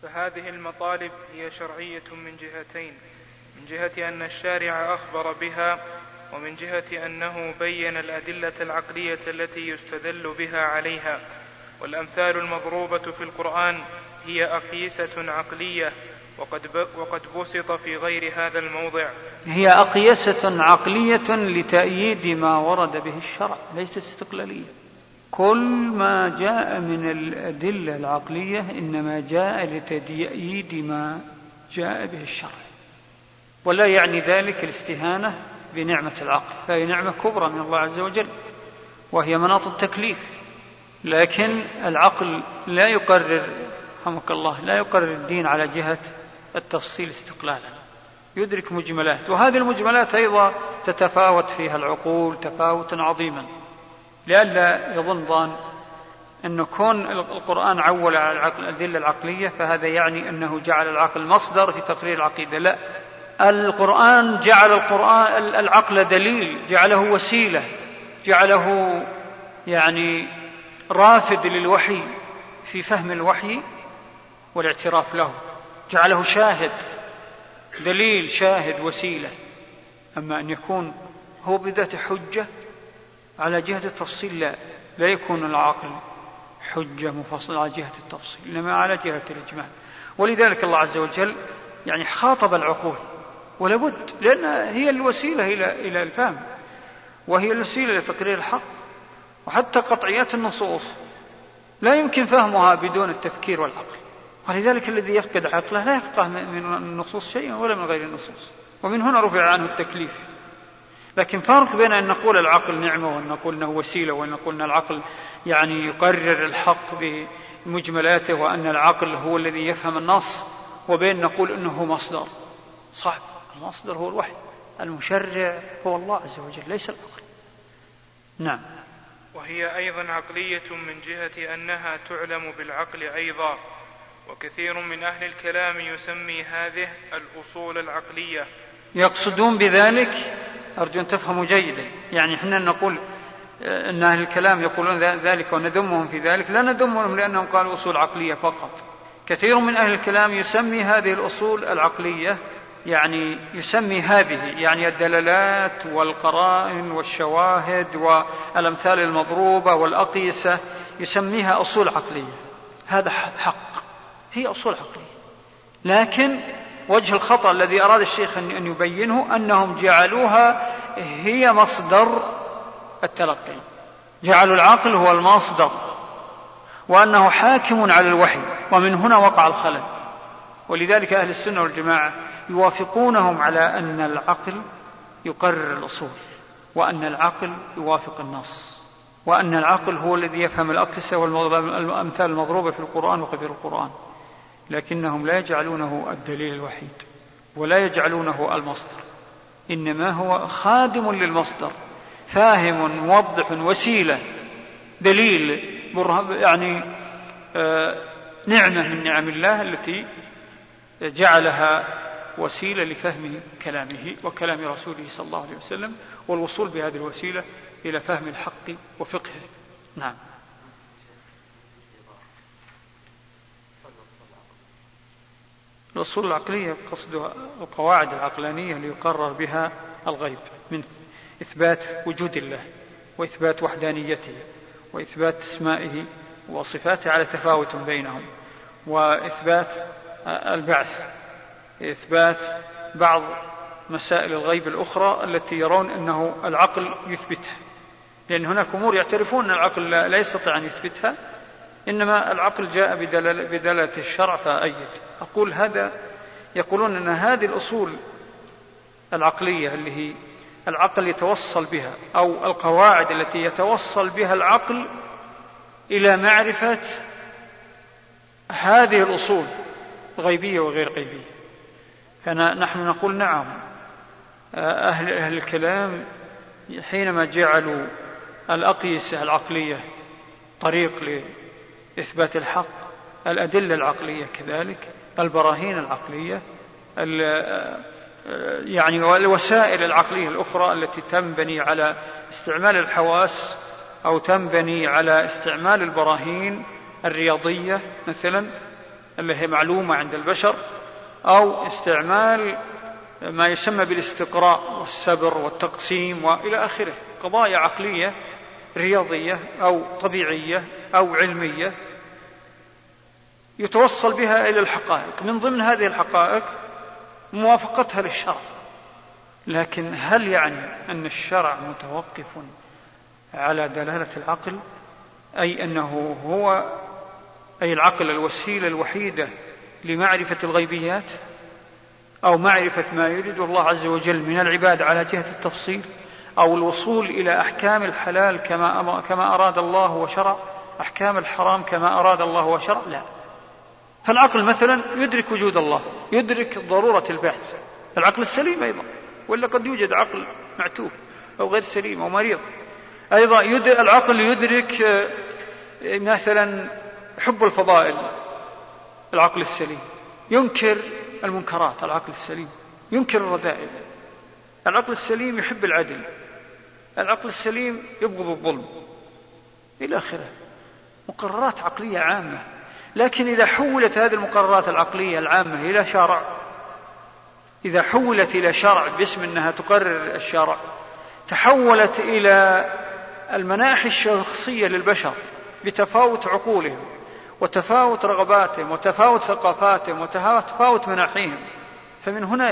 فهذه المطالب هي شرعية من جهتين: من جهة أن الشارع أخبر بها، ومن جهة أنه بين الأدلة العقلية التي يستدل بها عليها. والأمثال المضروبة في القرآن هي أقيسة عقلية، وقد بسط في غير هذا الموضع. هي أقيسة عقلية لتأييد ما ورد به الشرع، ليست استقلالية. كل ما جاء من الأدلة العقلية إنما جاء لتأييد ما جاء به الشرع، ولا يعني ذلك الاستهانة بنعمة العقل، فهي نعمة كبرى من الله عز وجل وهي مناط التكليف. لكن العقل لا يقرر، رحمك الله، لا يقرر الدين على جهة التفصيل استقلالا، يدرك مجملات، وهذه المجملات أيضا تتفاوت فيها العقول تفاوتا عظيما، لئلا يظن ظان أن كون القرآن عول على العقل الأدلة العقلية فهذا يعني أنه جعل العقل مصدر في تقرير العقيدة. لا، القرآن جعل العقل دليل، جعله وسيلة، جعله يعني رافد للوحي في فهم الوحي والاعتراف له، جعله شاهد، دليل شاهد وسيلة. أما أن يكون هو بذات حجة على جهة التفصيل، لا يكون العقل حجة مفصلة على جهة التفصيل، إنما على جهة الإجمال. ولذلك الله عز وجل يعني خاطب العقول، ولا بد، لأن هي الوسيلة إلى الفهم، وهي الوسيلة لتقرير الحق. وحتى قطعيات النصوص لا يمكن فهمها بدون التفكير والعقل، ولذلك الذي يفقد عقله لا يفقه من النصوص شيئا ولا من غير النصوص، ومن هنا رفع عنه التكليف. لكن فرق بين أن نقول العقل نعمة وأن نقول أنه وسيلة، وأن نقول أن العقل يعني يقرر الحق بمجملاته وأن العقل هو الذي يفهم النص، وبين نقول أنه مصدر. صعب. المصدر هو الوحي، المشرع هو الله عز وجل ليس العقل. نعم. وهي أيضا عقلية من جهة أنها تعلم بالعقل أيضا. وكثير من أهل الكلام يسمي هذه الأصول العقلية. يقصدون بذلك، أرجو أن تفهموا جيدا، يعني إحنا نقول أن أهل الكلام يقولون ذلك وندمهم في ذلك، لا ندمهم لأنهم قالوا أصول عقلية فقط. كثير من أهل الكلام يسمي هذه الأصول العقلية، يعني يسمي هذه يعني الدلالات والقرائن والشواهد والأمثال المضروبة والأقيسة، يسميها أصول عقلية. هذا حق، هي أصول عقلية. لكن وجه الخطأ الذي أراد الشيخ أن يبينه أنهم جعلوها هي مصدر التلقي، جعلوا العقل هو المصدر، وأنه حاكم على الوحي، ومن هنا وقع الخلل. ولذلك أهل السنة والجماعة يوافقونهم على أن العقل يقرر الأصول، وأن العقل يوافق النص، وأن العقل هو الذي يفهم الأقيسة والأمثال المضروبة في القرآن وغير القرآن. لكنهم لا يجعلونه الدليل الوحيد ولا يجعلونه المصدر، إنما هو خادم للمصدر، فاهم موضح وسيلة، دليل، يعني نعمة من نعم الله التي جعلها وسيلة لفهم كلامه وكلام رسوله صلى الله عليه وسلم، والوصول بهذه الوسيلة إلى فهم الحق وفقهه. نعم. الأصول العقلية قصدها القواعد العقلانية ليقرر بها الغيب من إثبات وجود الله وإثبات وحدانيته وإثبات اسمائه وصفاته على تفاوت بينهم، وإثبات البعث، إثبات بعض مسائل الغيب الأخرى التي يرون أنه العقل يثبتها، لأن هناك أمور يعترفون أن العقل لا يستطيع أن يثبتها، إنما العقل جاء بدلالة الشرع فأيد. أقول هذا، يقولون أن هذه الأصول العقلية اللي هي العقل يتوصل بها، أو القواعد التي يتوصل بها العقل إلى معرفة هذه الأصول غيبية وغير غيبية. فنحن نقول نعم، أهل الكلام حينما جعلوا الأقيسة العقلية طريق لإثبات الحق، الأدلة العقلية كذلك، البراهين العقلية، يعني الوسائل العقلية الأخرى التي تنبني على استعمال الحواس أو تنبني على استعمال البراهين الرياضية مثلا، اللي هي معلومة عند البشر، أو استعمال ما يسمى بالاستقراء والسبر والتقسيم وإلى آخره، قضايا عقلية رياضية أو طبيعية أو علمية يتوصل بها إلى الحقائق. من ضمن هذه الحقائق موافقتها للشرع، لكن هل يعني أن الشرع متوقف على دلالة العقل، أي أنه هو العقل الوسيلة الوحيدة لمعرفة الغيبيات أو معرفة ما يريد الله عز وجل من العباد على جهة التفصيل، أو الوصول إلى أحكام الحلال كما أراد الله وشرع، أحكام الحرام كما أراد الله وشرع؟ لا. فالعقل مثلا يدرك وجود الله، يدرك ضرورة البعث، العقل السليم أيضا، ولا قد يوجد عقل معتوه أو غير سليم أو مريض. أيضا العقل يدرك مثلا حب الفضائل، العقل السليم ينكر المنكرات، العقل السليم ينكر الرذائل، العقل السليم يحب العدل، العقل السليم يبغض الظلم إلى آخره. مقررات عقلية عامة. لكن إذا حولت هذه المقررات العقلية العامة إلى شرع، إذا حولت إلى شرع باسم أنها تقرر الشرع، تحولت إلى المناحي الشخصية للبشر بتفاوت عقولهم وتفاوت رغباتهم وتفاوت ثقافاتهم وتفاوت مناحيهم، فمن هنا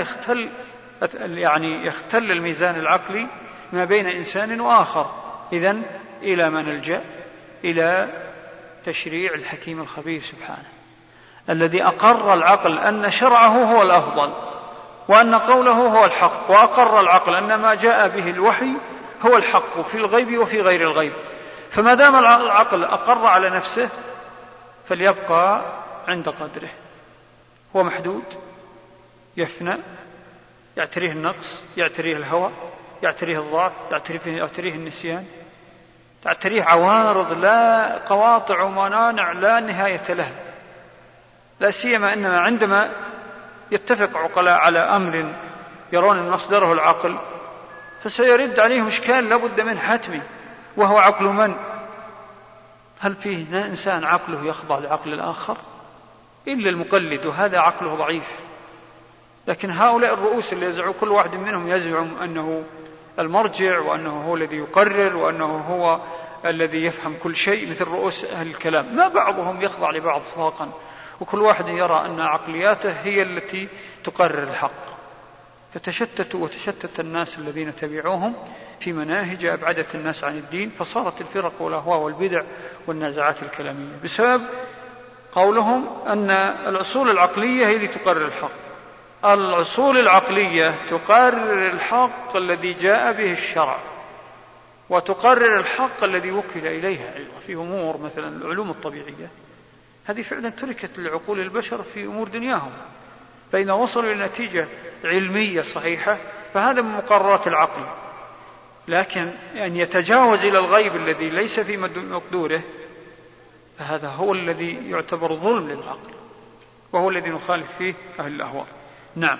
يختل الميزان العقلي ما بين إنسان وآخر. إذن إلى ما نلجأ؟ إلى تشريع الحكيم الخبير سبحانه، الذي أقر العقل أن شرعه هو الأفضل وأن قوله هو الحق، وأقر العقل أن ما جاء به الوحي هو الحق في الغيب وفي غير الغيب. فما دام العقل أقر على نفسه فليبقى عند قدره، هو محدود، يفنى، يعتريه النقص، يعتريه الهوى، يعتريه الضعف، يعتريه النسيان، تعتريه عوارض لا قواطع ومنانع لا نهاية لها. لا سيما أننا عندما يتفق عقلاء على أمر يرون أن مصدره العقل، فسيرد عليهم إشكال لابد منه حتمي، وهو عقل من؟ هل فيه إنسان عقله يخضع لعقل الآخر؟ إلا المقلد، وهذا عقله ضعيف. لكن هؤلاء الرؤوس اللي يزعم كل واحد منهم يزعم أنه المرجع، وأنه هو الذي يقرر، وأنه هو الذي يفهم كل شيء، مثل رؤوس أهل الكلام، ما بعضهم يخضع لبعض اطلاقا، وكل واحد يرى أن عقلياته هي التي تقرر الحق. فتشتتوا وتشتت الناس الذين تبعوهم في مناهج أبعدت الناس عن الدين، فصارت الفرق والأهواء والبدع والنازعات الكلامية بسبب قولهم أن الأصول العقلية هي التي تقرر الحق. الأصول العقلية تقرر الحق الذي جاء به الشرع، وتقرر الحق الذي وكل إليها أيضا في أمور مثلا العلوم الطبيعية، هذه فعلا تركت لعقول البشر في أمور دنياهم، فإذا وصلوا إلى نتيجة علمية صحيحة فهذا من مقررات العقل. لكن أن يتجاوز إلى الغيب الذي ليس في مقدوره فهذا هو الذي يعتبر ظلم للعقل، وهو الذي نخالف فيه أهل الأهواء. نعم.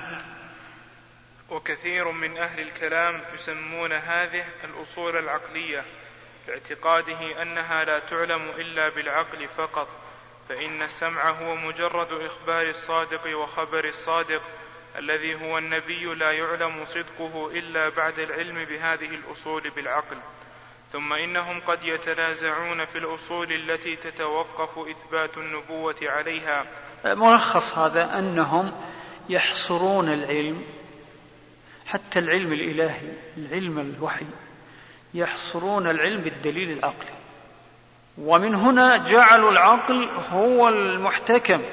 وكثير من أهل الكلام يسمون هذه الأصول العقلية باعتقاده أنها لا تعلم إلا بالعقل فقط، فإن السمع هو مجرد إخبار الصادق وخبر الصادق الذي هو النبي لا يعلم صدقه إلا بعد العلم بهذه الأصول بالعقل. ثم إنهم قد يتنازعون في الأصول التي تتوقف إثبات النبوة عليها. ملخص هذا أنهم يحصرون العلم، حتى العلم الإلهي، العلم الوحي، يحصرون العلم بالدليل العقلي، ومن هنا جعلوا العقل هو المحتكم،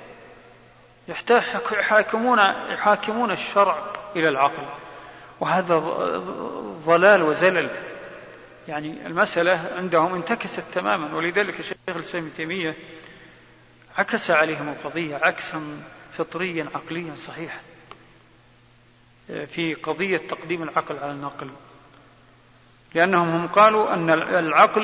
يحاكمون الشرع إلى العقل، وهذا ضلال وزلل. يعني المسألة عندهم انتكست تماما، ولذلك الشيخ الإسلام ابن تيمية عكس عليهم القضية عكسا فطريا عقليا صحيحا في قضية تقديم العقل على النقل، لأنهم هم قالوا أن العقل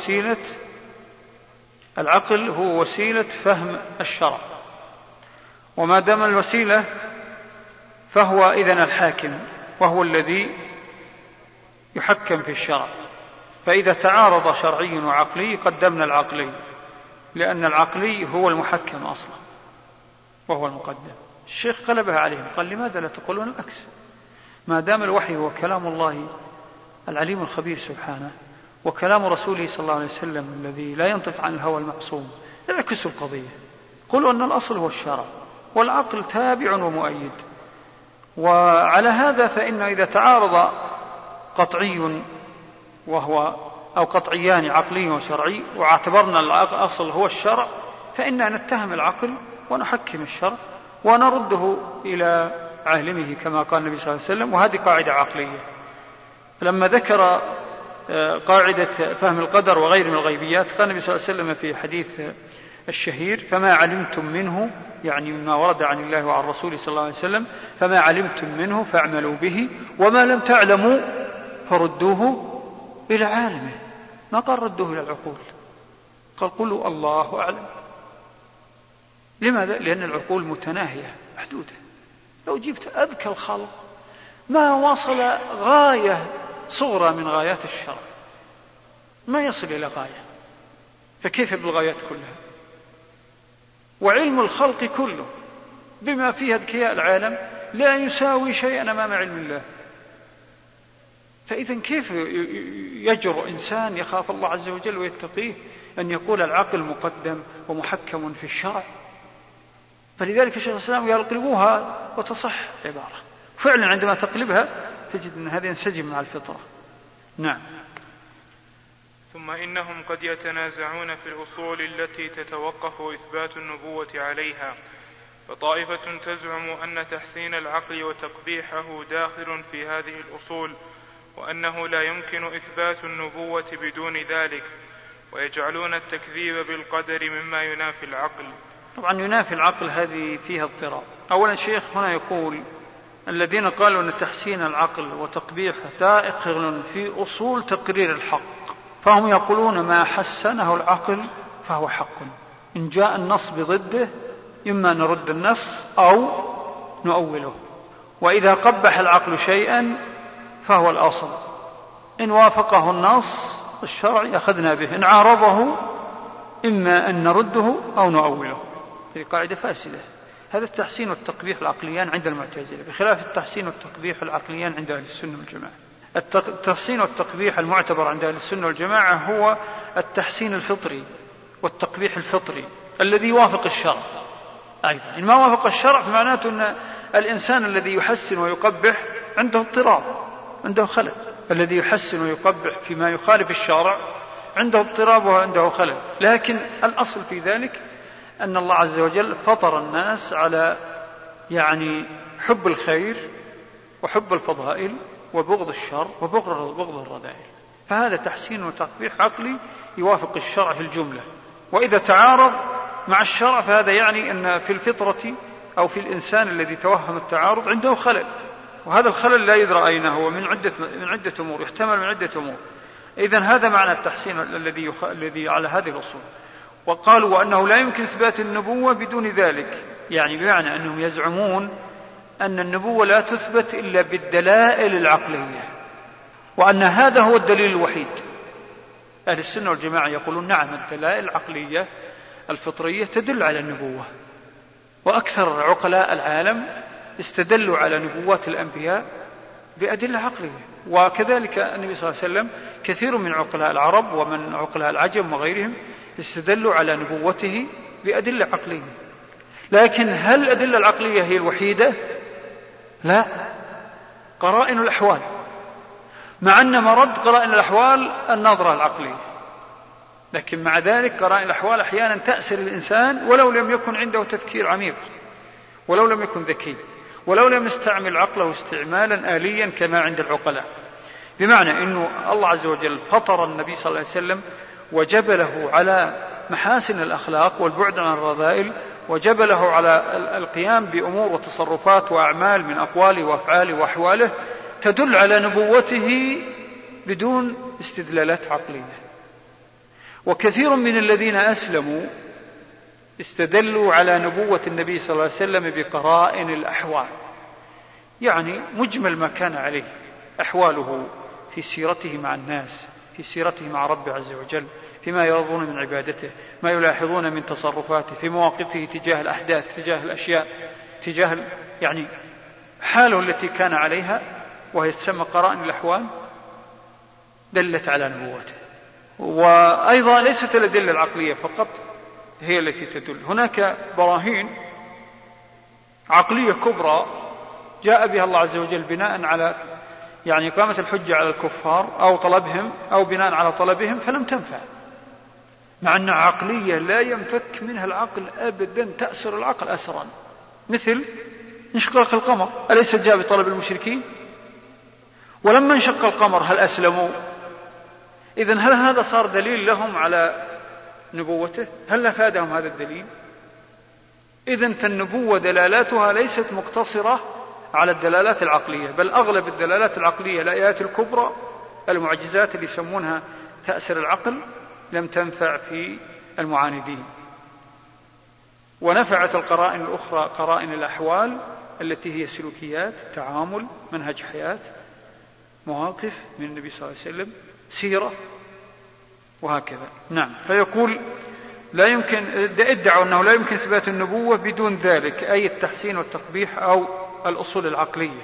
هو وسيلة فهم الشرع، وما دام الوسيلة فهو إذن الحاكم، وهو الذي يحكم في الشرع. فإذا تعارض شرعي وعقلي قدمنا العقلي، لأن العقلي هو المحكم أصلا، وهو المقدم. الشيخ قلبها عليهم قال لماذا لا تقولون العكس؟ ما دام الوحي هو كلام الله العليم الخبير سبحانه وكلام رسوله صلى الله عليه وسلم الذي لا ينطق عن الهوى المعصوم، اعكسوا القضية، قولوا أن الأصل هو الشرع والعقل تابع ومؤيد. وعلى هذا فإن إذا تعارض قطعي وهو أو قطعيان عقلي وشرعي واعتبرنا الأصل هو الشرع، فإننا نتهم العقل ونحكم الشرع ونرده إلى عالمه كما قال النبي صلى الله عليه وسلم. وهذه قاعدة عقلية. لما ذكر قاعدة فهم القدر وغير من الغيبيات قال النبي صلى الله عليه وسلم في حديث الشهير: فما علمتم منه، يعني مما ورد عن الله وعن رسوله صلى الله عليه وسلم، فما علمتم منه فاعملوا به وما لم تعلموا فردوه إلى عالمه. ما قال ردوه إلى العقول، قال قولوا الله أعلم. لماذا؟ لأن العقول متناهية محدودة. لو جبت أذكى الخلق ما وصل غاية صغرى من غايات الشرع، ما يصل إلى غاية، فكيف بالغايات كلها؟ وعلم الخلق كله بما فيه أذكياء العالم لا يساوي شيئا أمام علم الله. فإذا كيف يجرؤ إنسان يخاف الله عز وجل ويتقيه أن يقول العقل مقدم ومحكم في الشرع؟ فلذلك الشيخ الإسلام يقلبوها وتصح عبارة، فعلا عندما تقلبها تجد أن هذا ينسجم مع الفطرة. نعم. ثم إنهم قد يتنازعون في الأصول التي تتوقف إثبات النبوة عليها، فطائفة تزعم أن تحسين العقل وتقبيحه داخل في هذه الأصول، وأنه لا يمكن إثبات النبوة بدون ذلك، ويجعلون التكذيب بالقدر مما ينافي العقل. طبعا ينافي العقل هذه فيها اضطراب. أولا الشيخ هنا يقول الذين قالوا أن تحسين العقل وتقبيحه داخل في أصول تقرير الحق، فهم يقولون ما حسنه العقل فهو حق، إن جاء النص بضده إما نرد النص أو نؤوله، وإذا قبح العقل شيئا فهو الأصل، إن وافقه النص الشرعي أخذنا به، إن عارضه إما أن نرده أو نؤوله. هذه قاعدة فاسدة. هذا التحسين والتقبيح العقليان عند المعتزلة، بخلاف التحسين والتقبيح العقليان عند أهل السنة والجماعة. التحسين والتقبيح المعتبر عند أهل السنة والجماعة هو التحسين الفطري والتقبيح الفطري الذي يوافق الشرع. أيضا إن ما وافق الشرع فمعناته أن الإنسان الذي يحسن ويقبح عنده اضطراب، عنده خلل. الذي يحسن ويقبح فيما يخالف الشرع عنده اضطراب وعنده خلل. لكن الأصل في ذلك أن الله عز وجل فطر الناس على حب الخير وحب الفضائل وبغض الشر وبغض الرذائل، فهذا تحسين وتقبيح عقلي يوافق الشرع في الجملة. وإذا تعارض مع الشرع فهذا يعني أن في الفطرة أو في الإنسان الذي توهم التعارض عنده خلل، وهذا الخلل لا يدرى أين هو، من عدة أمور، يحتمل من عدة أمور. إذن هذا معنى التحسين الذي على هذه الأصول. وقالوا وأنه لا يمكن إثبات النبوة بدون ذلك، يعني بمعنى أنهم يزعمون أن النبوة لا تثبت إلا بالدلائل العقلية، وأن هذا هو الدليل الوحيد. أهل السنة والجماعة يقولون نعم، الدلائل العقلية الفطرية تدل على النبوة، وأكثر عقلاء العالم استدلوا على نبوات الأنبياء بأدلة عقلية. وكذلك النبي صلى الله عليه وسلم كثير من عقلاء العرب ومن عقلاء العجم وغيرهم استدلوا على نبوته بأدلة عقلية. لكن هل الأدلة العقلية هي الوحيدة؟ لا، قرائن الأحوال، مع أن مرد قرائن الأحوال النظرة العقلية، لكن مع ذلك قرائن الأحوال أحيانا تأسر الإنسان ولو لم يكن عنده تفكير عميق، ولو لم يكن ذكي، ولو لم يستعمل عقله استعمالا آليا كما عند العقلاء. بمعنى أنه الله عز وجل فطر النبي صلى الله عليه وسلم وجبله على محاسن الأخلاق والبعد عن الرذائل، وجبله على القيام بأمور وتصرفات وأعمال من أقواله وأفعاله وأحواله تدل على نبوته بدون استدلالات عقلية. وكثير من الذين أسلموا استدلوا على نبوة النبي صلى الله عليه وسلم بقرائن الأحوال، يعني مجمل ما كان عليه، أحواله في سيرته مع الناس، في سيرته مع رب عز وجل، فيما يرضون من عبادته، ما يلاحظون من تصرفاته، في مواقفه تجاه الأحداث، تجاه الأشياء، تجاه يعني حاله التي كان عليها، وهي تسمى قرائن الأحوال، دلت على نبوته. وأيضا ليست الأدلة العقلية فقط هي التي تدل، هناك براهين عقلية كبرى جاء بها الله عز وجل بناء على يعني إقامة الحجة على الكفار أو طلبهم أو بناء على طلبهم، فلم تنفع، مع أنها عقلية لا ينفك منها العقل أبدا، تأسر العقل أسرا، مثل انشقاق القمر، أليس جاء بطلب المشركين؟ ولما انشق القمر هل أسلموا؟ إذن هل هذا صار دليل لهم على نبوته؟ هل أفادهم هذا الدليل؟ إذن فالنبوة دلالاتها ليست مقتصرة على الدلالات العقلية، بل أغلب الدلالات العقلية الآيات الكبرى المعجزات اللي يسمونها تأثر العقل لم تنفع في المعاندين. ونفعت القرائن الأخرى قرائن الأحوال التي هي سلوكيات، تعامل، منهج حياة، مواقف من النبي صلى الله عليه وسلم، سيرة، وهكذا. نعم. فيقول لا يمكن، ادعوا أنه لا يمكن إثبات النبوة بدون ذلك، أي التحسين والتقبيح أو الأصول العقلية.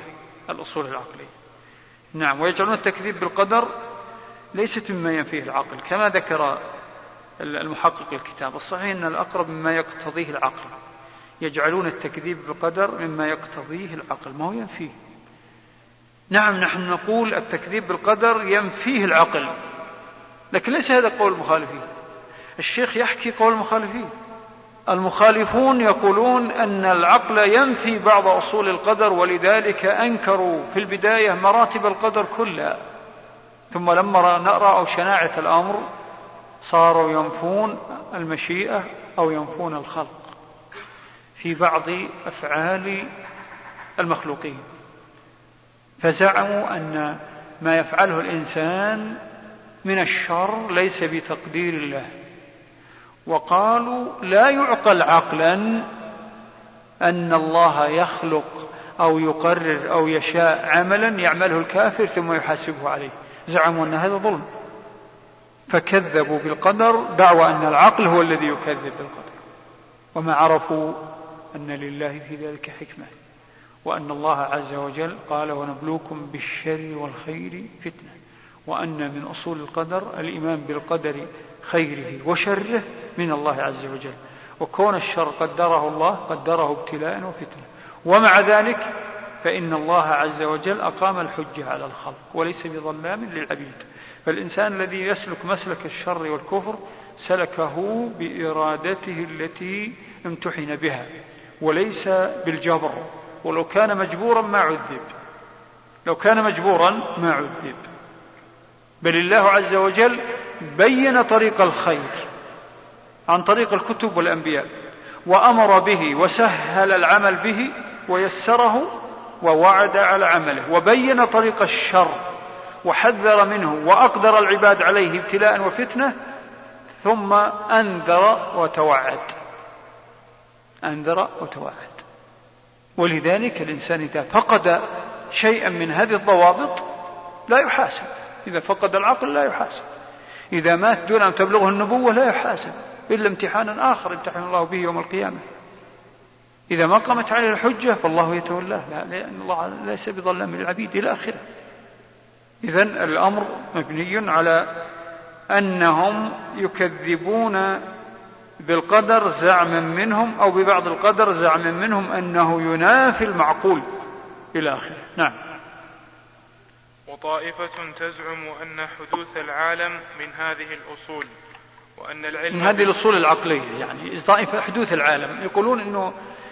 نعم. ويجعلون التكذيب بالقدر ليست مما ينفيه العقل، كما ذكر المحقق الكتاب. الصحيح أن الأقرب مما يقتضيه العقل، يجعلون التكذيب بالقدر مما يقتضيه العقل، ما هو ينفيه. نعم، نحن نقول التكذيب بالقدر ينفيه العقل، لكن ليس هذا قول المخالفين. الشيخ يحكي قول المخالفين. المخالفون يقولون أن العقل ينفي بعض أصول القدر، ولذلك أنكروا في البداية مراتب القدر كلها، ثم لما رأوا شناعة الأمر صاروا ينفون المشيئة أو ينفون الخلق في بعض أفعال المخلوقين، فزعموا أن ما يفعله الإنسان من الشر ليس بتقدير الله، وقالوا لا يعقل عقلا أن الله يخلق أو يقرر أو يشاء عملا يعمله الكافر ثم يحاسبه عليه. زعموا أن هذا ظلم، فكذبوا بالقدر دعوى أن العقل هو الذي يكذب بالقدر، وما عرفوا أن لله في ذلك حكمة، وأن الله عز وجل قال ونبلوكم بالشر والخير فتنة، وأن من أصول القدر الإيمان بالقدر خيره وشره من الله عز وجل، وكون الشر قدره الله قدره ابتلاء وفتنة، ومع ذلك فإن الله عز وجل أقام الحجة على الخلق وليس بظلام للعبيد. فالإنسان الذي يسلك مسلك الشر والكفر سلكه بإرادته التي امتحن بها وليس بالجبر، ولو كان مجبورا ما عذب، بل الله عز وجل بين طريق الخير عن طريق الكتب والأنبياء، وأمر به وسهل العمل به ويسره ووعد على عمله، وبين طريق الشر وحذر منه وأقدر العباد عليه ابتلاء وفتنة، ثم أنذر وتوعد. ولذلك الإنسان إذا فقد شيئا من هذه الضوابط لا يحاسب، إذا فقد العقل لا يحاسب، إذا مات دون أن تبلغه النبوة لا يحاسب إلا امتحانا آخر امتحن الله به يوم القيامة. إذا ما قامت عليه الحجة فالله يتولاه، لأن الله ليس بظلام للعبيد إلى آخره. إذن الأمر مبني على أنهم يكذبون بالقدر زعما منهم أو ببعض القدر زعما منهم أنه ينافي المعقول إلى آخره. نعم. وطائفة تزعم أن حدوث العالم من هذه الأصول، وأن العلم من هذه الأصول العقلية، يعني طائفة حدوث العالم يقولون أنه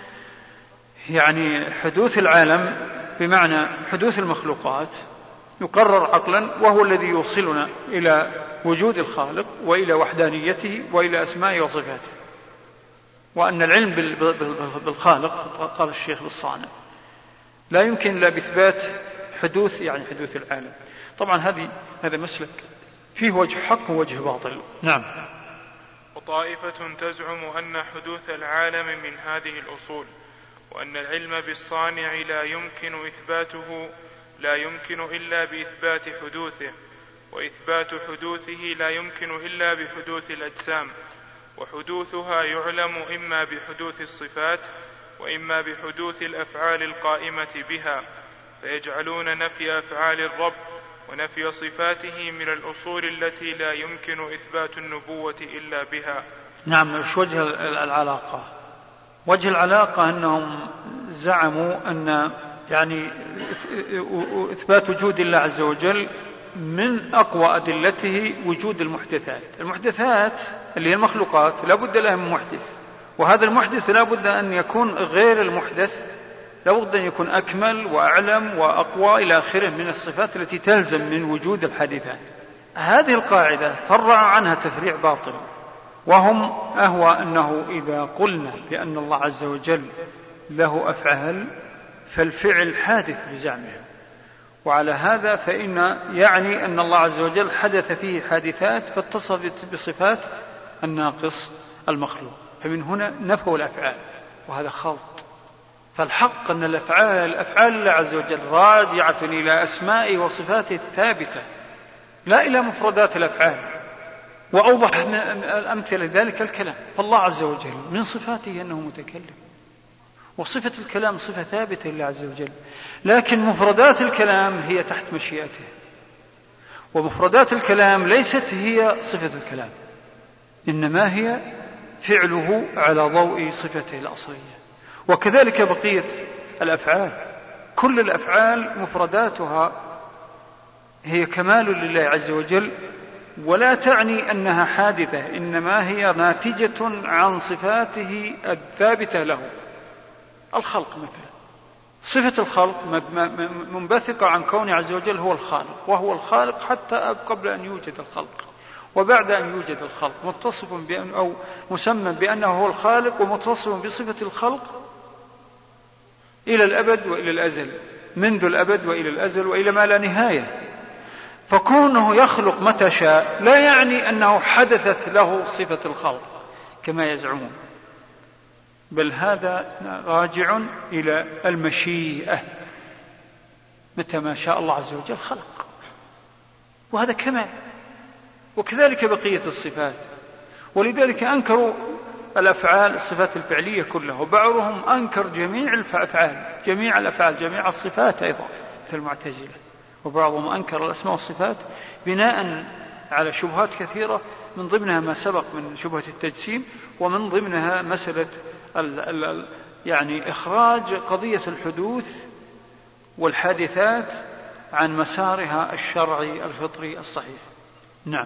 يعني حدوث العالم بمعنى حدوث المخلوقات يقرر عقلا، وهو الذي يوصلنا إلى وجود الخالق وإلى وحدانيته وإلى أسمائه وصفاته، وأن العلم بالخالق قال الشيخ بالصانع لا يمكن لا بإثبات حدوث العالم. طبعا هذا مسلك فيه وجه حق ووجه باطل. نعم. وطائفة تزعم أن حدوث العالم من هذه الأصول، وأن العلم بالصانع لا يمكن إلا بإثبات حدوثه، وإثبات حدوثه لا يمكن إلا بحدوث الأجسام، وحدوثها يعلم إما بحدوث الصفات وإما بحدوث الأفعال القائمة بها، فيجعلون نفي أفعال الرب ونفي صفاته من الأصول التي لا يمكن إثبات النبوة إلا بها. نعم. مش وجه العلاقة؟ وجه العلاقة أنهم زعموا أن يعني إثبات وجود الله عز وجل من أقوى أدلته وجود المحدثات. المحدثات اللي هي المخلوقات لا بد لها من محدث، وهذا المحدث لا بد أن يكون غير المحدث، لا بد أن يكون أكمل وأعلم وأقوى إلى آخره من الصفات التي تلزم من وجود الحادثات. هذه القاعدة فرع عنها تفريع باطل، وهم أهوى أنه إذا قلنا بأن الله عز وجل له أفعال فالفعل حادث بزعمهم، وعلى هذا فإن يعني أن الله عز وجل حدث فيه حادثات فاتصفت بصفات الناقص المخلوق، فمن هنا نفوا الأفعال، وهذا خلط. فالحق أن أفعال الله عز وجل راجعة إلى أسمائه وصفاته الثابتة لا إلى مفردات الأفعال. وأوضح الأمثلة ذلك الكلام، فالله عز وجل من صفاته أنه متكلم، وصفة الكلام صفة ثابتة لله عز وجل، لكن مفردات الكلام هي تحت مشيئته، ومفردات الكلام ليست هي صفة الكلام، إنما هي فعله على ضوء صفته الأصلية. وكذلك بقية الأفعال، كل الأفعال مفرداتها هي كمال لله عز وجل، ولا تعني أنها حادثة، إنما هي ناتجة عن صفاته الثابتة له. الخلق مثلا، صفة الخلق منبثقة عن كونه عز وجل هو الخالق، وهو الخالق حتى قبل أن يوجد الخلق، وبعد أن يوجد الخلق متصف بأن أو مسمى بأنه هو الخالق، ومتصف بصفة الخلق إلى الأبد وإلى الأزل، منذ الأبد وإلى الأزل وإلى ما لا نهاية. فكونه يخلق متى شاء لا يعني أنه حدثت له صفة الخلق كما يزعمون، بل هذا راجع إلى المشيئة، متى ما شاء الله عز وجل خلق، وهذا كمال. وكذلك بقية الصفات، ولذلك أنكروا الأفعال، الصفات الفعلية كلها، وبعضهم أنكر جميع الأفعال، جميع الصفات أيضا مثل المعتزلة، وبعضهم أنكر الأسماء والصفات بناء على شبهات كثيرة، من ضمنها ما سبق من شبهة التجسيم، ومن ضمنها مسألة يعني إخراج قضية الحدوث والحادثات عن مسارها الشرعي الفطري الصحيح. نعم.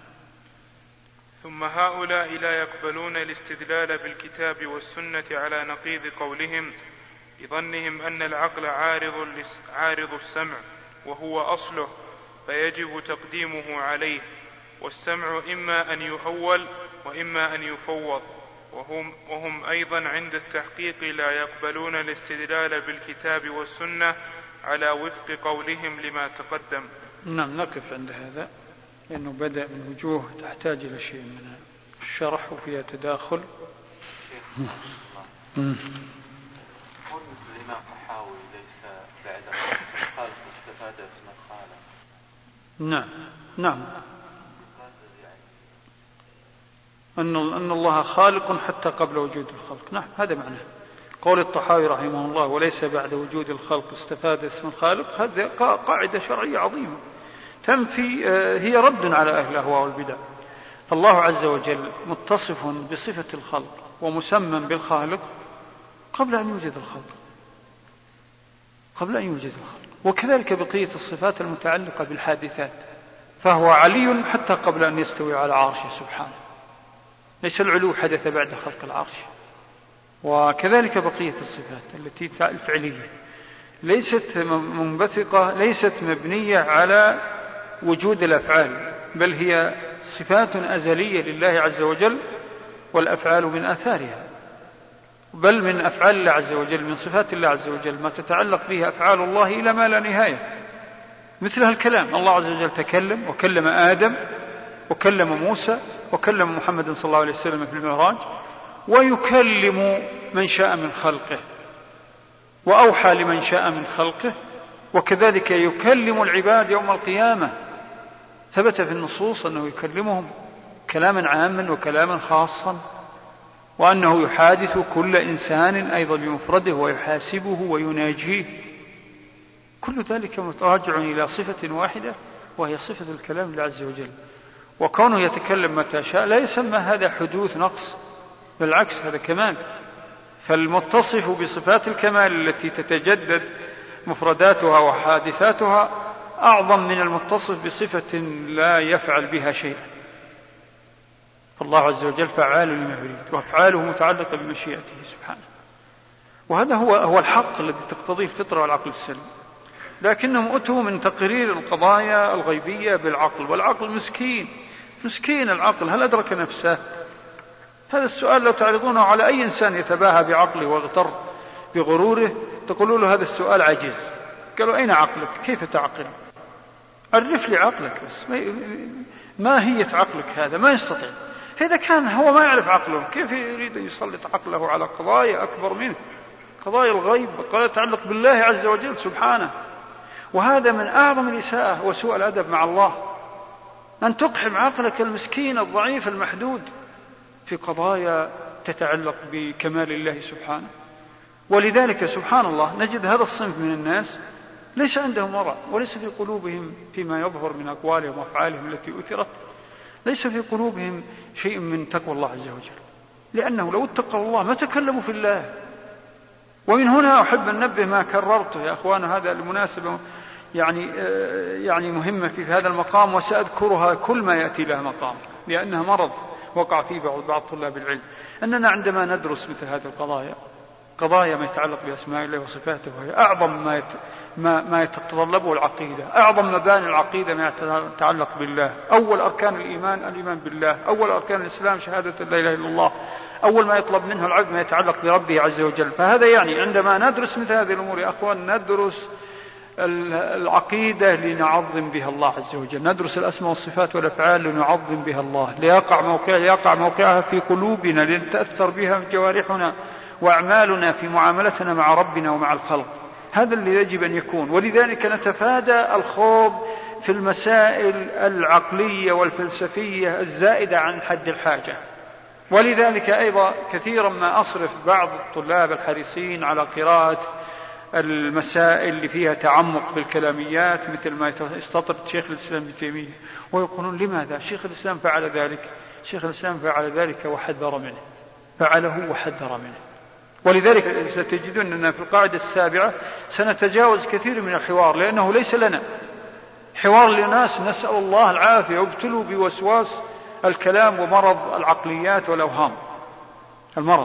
ثم هؤلاء لا يقبلون الاستدلال بالكتاب والسنة على نقيض قولهم، بظنهم أن العقل عارض السمع وهو أصله، فيجب تقديمه عليه، والسمع إما أن يؤول وإما أن يفوض. وهم أيضا عند التحقيق لا يقبلون الاستدلال بالكتاب والسنة على وفق قولهم لما تقدم. نعم، نقف عند هذا لأنه بدأ من وجوه تحتاج إلى شيء من الشرح وفيها تداخل. الإمام الطحاوي ليس بعد خالق استفاد اسم الخالق. نعم أن الله خالق حتى قبل وجود الخلق. نعم، هذا معناه قول الطحاوي رحمه الله، وليس بعد وجود الخلق استفاد اسم الخالق. هذه قاعدة شرعية عظيمة تنفي، هي رد على أهل الأهواء والبدع. فالله عز وجل متصف بصفة الخلق ومسمى بالخالق قبل أن يوجد الخلق، وكذلك بقية الصفات المتعلقة بالحادثات، فهو علي حتى قبل أن يستوي على عرشه سبحانه، ليس العلو حدث بعد خلق العرش. وكذلك بقية الصفات التي الفعلية ليست منبثقة، ليست مبنية على وجود الأفعال، بل هي صفات أزلية لله عز وجل، والأفعال من آثارها، بل من أفعال الله عز وجل، من صفات الله عز وجل ما تتعلق به أفعال الله إلى ما لا نهاية، مثل الكلام. الله عز وجل تكلم، وكلم آدم، وكلم موسى، وكلم محمد صلى الله عليه وسلم في المعراج، ويكلم من شاء من خلقه، وأوحى لمن شاء من خلقه، وكذلك يكلم العباد يوم القيامة ثبت في النصوص أنه يكلمهم كلاما عاما وكلاما خاصا، وأنه يحادث كل إنسان أيضا بمفرده ويحاسبه ويناجيه. كل ذلك متراجع إلى صفة واحدة وهي صفة الكلام لله عز وجل. وكونه يتكلم متى شاء لا يسمى هذا حدوث نقص، بالعكس هذا كمال. فالمتصف بصفات الكمال التي تتجدد مفرداتها وحادثاتها أعظم من المتصف بصفة لا يفعل بها شيء. الله عز وجل فعال لما يريد، وأفعاله متعلقة بمشيئته سبحانه. وهذا هو الحق الذي تقتضيه الفطرة والعقل السليم. لكنهم أتوا من تقرير القضايا الغيبية بالعقل، والعقل مسكين العقل، هل أدرك نفسه؟ هذا السؤال لو تعرضونه على أي إنسان يتباهى بعقله واغتر بغروره تقولوا له هذا السؤال عجيز. قالوا أين عقلك؟ كيف تعقل؟ عرف لي عقلك بس، ما هي عقلك؟ هذا ما يستطيع. فإذا كان هو ما يعرف عقله كيف يريد أن يسلط عقله على قضايا أكبر منه، قضايا الغيب، قضايا تتعلق بالله عز وجل سبحانه. وهذا من أعظم الإساءة وسوء الأدب مع الله، أن تقحم عقلك المسكين الضعيف المحدود في قضايا تتعلق بكمال الله سبحانه. ولذلك سبحان الله نجد هذا الصنف من الناس ليس عندهم ورع، وليس في قلوبهم فيما يظهر من أقوالهم وأفعالهم التي أثرت، ليس في قلوبهم شيء من تقوى الله عز وجل، لأنه لو اتقوا الله ما تكلموا في الله. ومن هنا أحب أن ننبه ما كررته يا أخوان، هذا المناسبة يعني مهمة في هذا المقام، وسأذكرها كل ما يأتي لها مقام، لأنها مرض وقع فيه بعض طلاب العلم. أننا عندما ندرس مثل هذه القضايا، قضايا ما يتعلق بأسماء الله وصفاته، وهي أعظم ما يتطلبه العقيدة، أعظم مباني العقيدة ما يتعلق بالله. أول أركان الإيمان بالله، أول أركان الإسلام شهادة لا إله إلا الله، أول ما يطلب منه العبد ما يتعلق بربه عز وجل. فهذا يعني عندما ندرس مثل هذه الأمور يا أخوان ندرس العقيدة لنعظم بها الله عز وجل، ندرس الأسماء والصفات والأفعال لنعظم بها الله، ليقع موقعها في قلوبنا، لنتأثر بها جوارحنا وأعمالنا في معاملتنا مع ربنا ومع الخلق. هذا اللي يجب أن يكون. ولذلك نتفادى الخوض في المسائل العقلية والفلسفية الزائدة عن حد الحاجة. ولذلك أيضا كثيرا ما أصرف بعض الطلاب الحريصين على قراءة المسائل اللي فيها تعمق بالكلاميات، مثل ما يستطرد شيخ الإسلام ابن تيمية، ويقولون لماذا شيخ الإسلام فعل ذلك؟ شيخ الإسلام فعل ذلك وحذر منه، فعله وحذر منه. ولذلك ستجدون أننا في القاعدة السابعة سنتجاوز كثير من الحوار، لأنه ليس لنا حوار لناس نسأل الله العافية وابتلوا بوسواس الكلام ومرض العقليات والأوهام، المرض.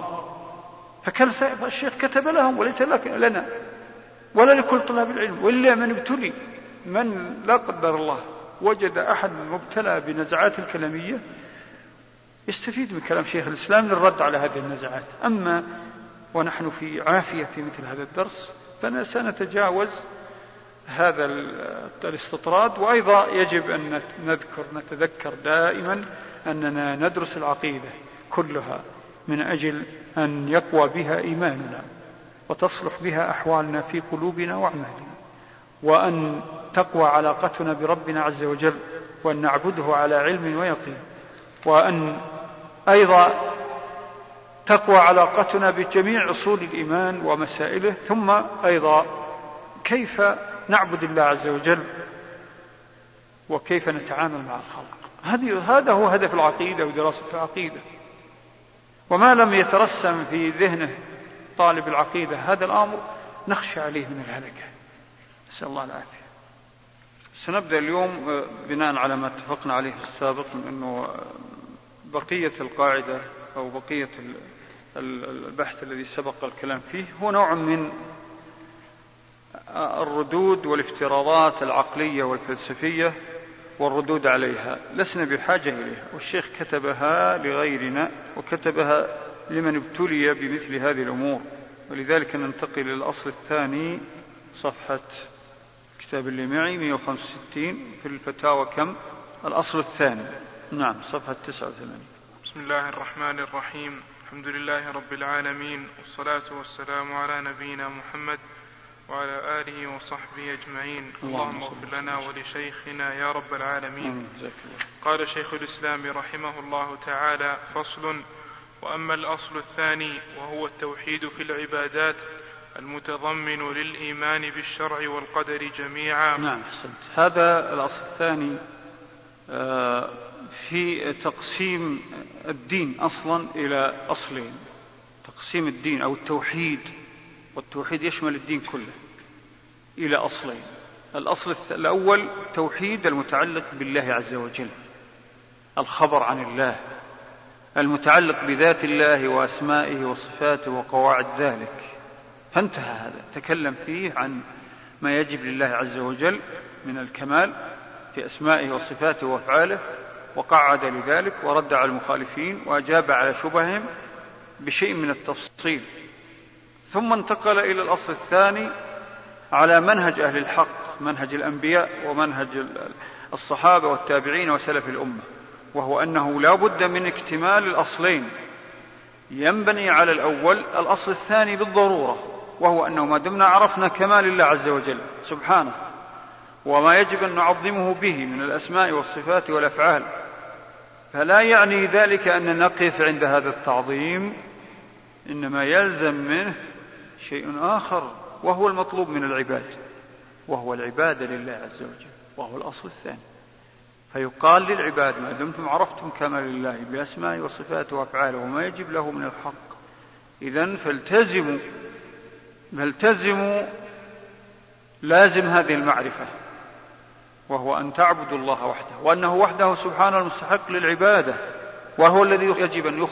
فالشيخ كتب لهم وليس لنا ولا لكل طلاب العلم، وإلا من ابتلي، من لا قدر الله وجد أحد مبتلى بنزعات الكلامية يستفيد من كلام شيخ الإسلام للرد على هذه النزعات. أما ونحن في عافية في مثل هذا الدرس فسنتجاوز هذا الاستطراد. وأيضا يجب أن نتذكر دائما أننا ندرس العقيدة كلها من أجل أن يقوى بها إيماننا وتصلح بها أحوالنا في قلوبنا وأعمالنا، وأن تقوى علاقتنا بربنا عز وجل، وأن نعبده على علم ويقين، وأن أيضا تقوى علاقتنا بجميع أصول الإيمان ومسائله، ثم أيضا كيف نعبد الله عز وجل وكيف نتعامل مع الخلق. هذا هو هدف العقيدة ودراسة العقيدة. وما لم يترسم في ذهنه طالب العقيدة هذا الأمر نخشى عليه من الهلكة، نسأل الله العافية. سنبدأ اليوم بناء على ما اتفقنا عليه في السابق، أنه بقية القاعدة أو بقية البحث الذي سبق الكلام فيه هو نوع من الردود والافتراضات العقلية والفلسفية والردود عليها، لسنا بحاجة إليها، والشيخ كتبها لغيرنا وكتبها لمن ابتلي بمثل هذه الأمور. ولذلك ننتقل إلى الأصل الثاني، صفحة كتاب اللي معي 165 في الفتاوى، كم؟ الأصل الثاني، نعم، صفحة 89. بسم الله الرحمن الرحيم. الحمد لله رب العالمين، والصلاة والسلام على نبينا محمد وعلى آله وصحبه أجمعين. اللهم اغفر لنا ولشيخنا يا رب العالمين. قال شيخ الإسلام رحمه الله تعالى: فصل: وأما الأصل الثاني وهو التوحيد في العبادات المتضمن للإيمان بالشرع والقدر جميعا. نعم، هذا الأصل الثاني في تقسيم الدين أصلا إلى أصلين. تقسيم الدين أو التوحيد، والتوحيد يشمل الدين كله، إلى أصلين. الأصل الأول توحيد المتعلق بالله عز وجل، الخبر عن الله، المتعلق بذات الله وأسمائه وصفاته وقواعد ذلك، فانتهى هذا. تكلم فيه عن ما يجب لله عز وجل من الكمال في أسمائه وصفاته وأفعاله، وقعد لذلك ورد على المخالفين وأجاب على شبههم بشيء من التفصيل. ثم انتقل إلى الأصل الثاني على منهج أهل الحق، منهج الأنبياء ومنهج الصحابة والتابعين وسلف الأمة، وهو أنه لا بد من اكتمال الأصلين، ينبني على الأول الأصل الثاني بالضرورة، وهو أنه ما دمنا عرفنا كمال الله عز وجل سبحانه وما يجب أن نعظمه به من الأسماء والصفات والأفعال، فلا يعني ذلك أن نقف عند هذا التعظيم، إنما يلزم منه شيء آخر، وهو المطلوب من العباد، وهو العبادة لله عز وجل، وهو الأصل الثاني. فيقال للعباد: ما دمتم عرفتم كمال الله بأسماء وصفاته وأفعاله وما يجب له من الحق، إذن فالتزموا لازم هذه المعرفة، وهو أن تعبدوا الله وحده، وأنه وحده سبحانه المستحق للعبادة، وهو الذي يجب أن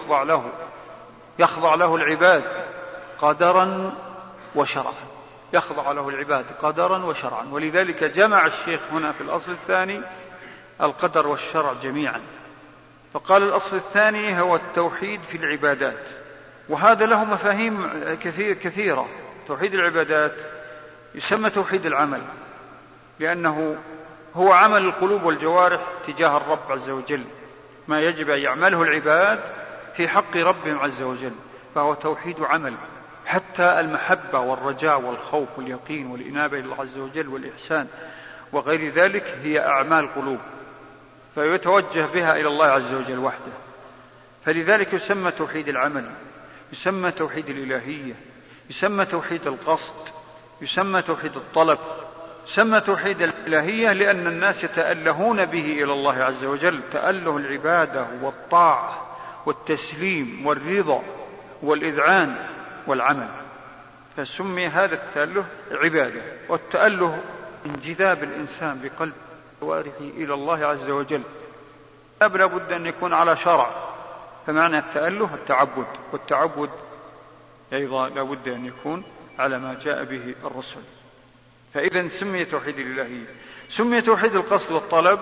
يخضع له العباد قدرا وشرعا، يخضع له العباد قدرا وشرعا. ولذلك جمع الشيخ هنا في الأصل الثاني القدر والشرع جميعا، فقال الأصل الثاني هو التوحيد في العبادات، وهذا له مفاهيم كثيرة. توحيد العبادات يسمى توحيد العمل، لأنه هو عمل القلوب والجوارح تجاه الرب عز وجل، ما يجب أن يعمله العباد في حق ربهم عز وجل، فهو توحيد عمل. حتى المحبة والرجاء والخوف واليقين والإنابة إلى الله عز وجل والإحسان وغير ذلك هي أعمال قلوب، فيتوجه بها إلى الله عز وجل وحده، فلذلك يسمى توحيد العمل، يسمى توحيد الإلهية، يسمى توحيد القصد، يسمى توحيد الطلب، يسمى توحيد الإلهية، لأن الناس يتألهون به إلى الله عز وجل، تأله العبادة والطاعة والتسليم والرضا والإذعان والعمل، فسمي هذا التأله عبادة. والتأله انجذاب الإنسان بقلب جوارحه إلى الله عز وجل، لا بد أن يكون على شرع، فمعنى التأله التعبد، والتعبد أيضا لا بد أن يكون على ما جاء به الرسل. فإذا سمي توحيد الإلهية. سمي توحيد القصد والطلب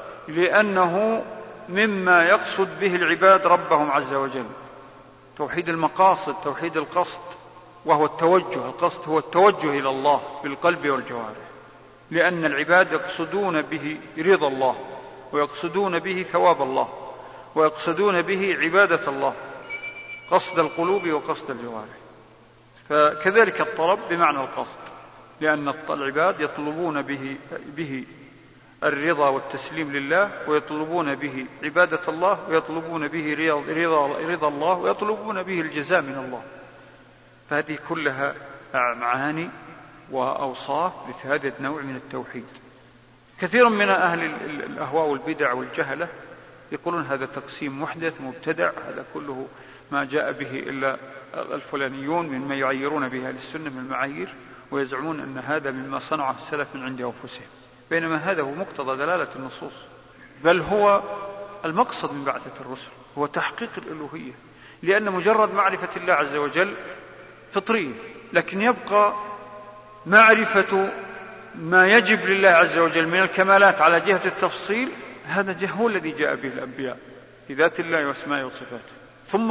لأنه مما يقصد به العباد ربهم عز وجل. توحيد المقاصد توحيد القصد، وهو التوجه، القصد هو التوجه إلى الله بالقلب والجوارح، لأن العباد يقصدون به رضا الله، ويقصدون به ثواب الله، ويقصدون به عبادة الله، قصد القلوب وقصد الجوارح. فكذلك الطلب بمعنى القصد، لأن العباد يطلبون به الرضا والتسليم لله، ويطلبون به عبادة الله، ويطلبون به رضا الله، ويطلبون به الجزاء من الله. فهذه كلها معاني وأوصاف لهذا النوع من التوحيد. كثير من أهل الأهواء والبدع والجهلة يقولون هذا تقسيم محدث مبتدع، هذا كله ما جاء به إلا الفلانيون مما يعيرون به أهل السنة من المعايير، ويزعمون أن هذا مما صنعه السلف من عند أنفسهم، بينما هذا هو مقتضى دلالة النصوص، بل هو المقصد من بعثة الرسل، هو تحقيق الألوهية، لأن مجرد معرفة الله عز وجل فطرية، لكن يبقى معرفة ما يجب لله عز وجل من الكمالات على جهة التفصيل، هذا هو الذي جاء به الأنبياء في ذات الله واسمائه وصفاته. ثم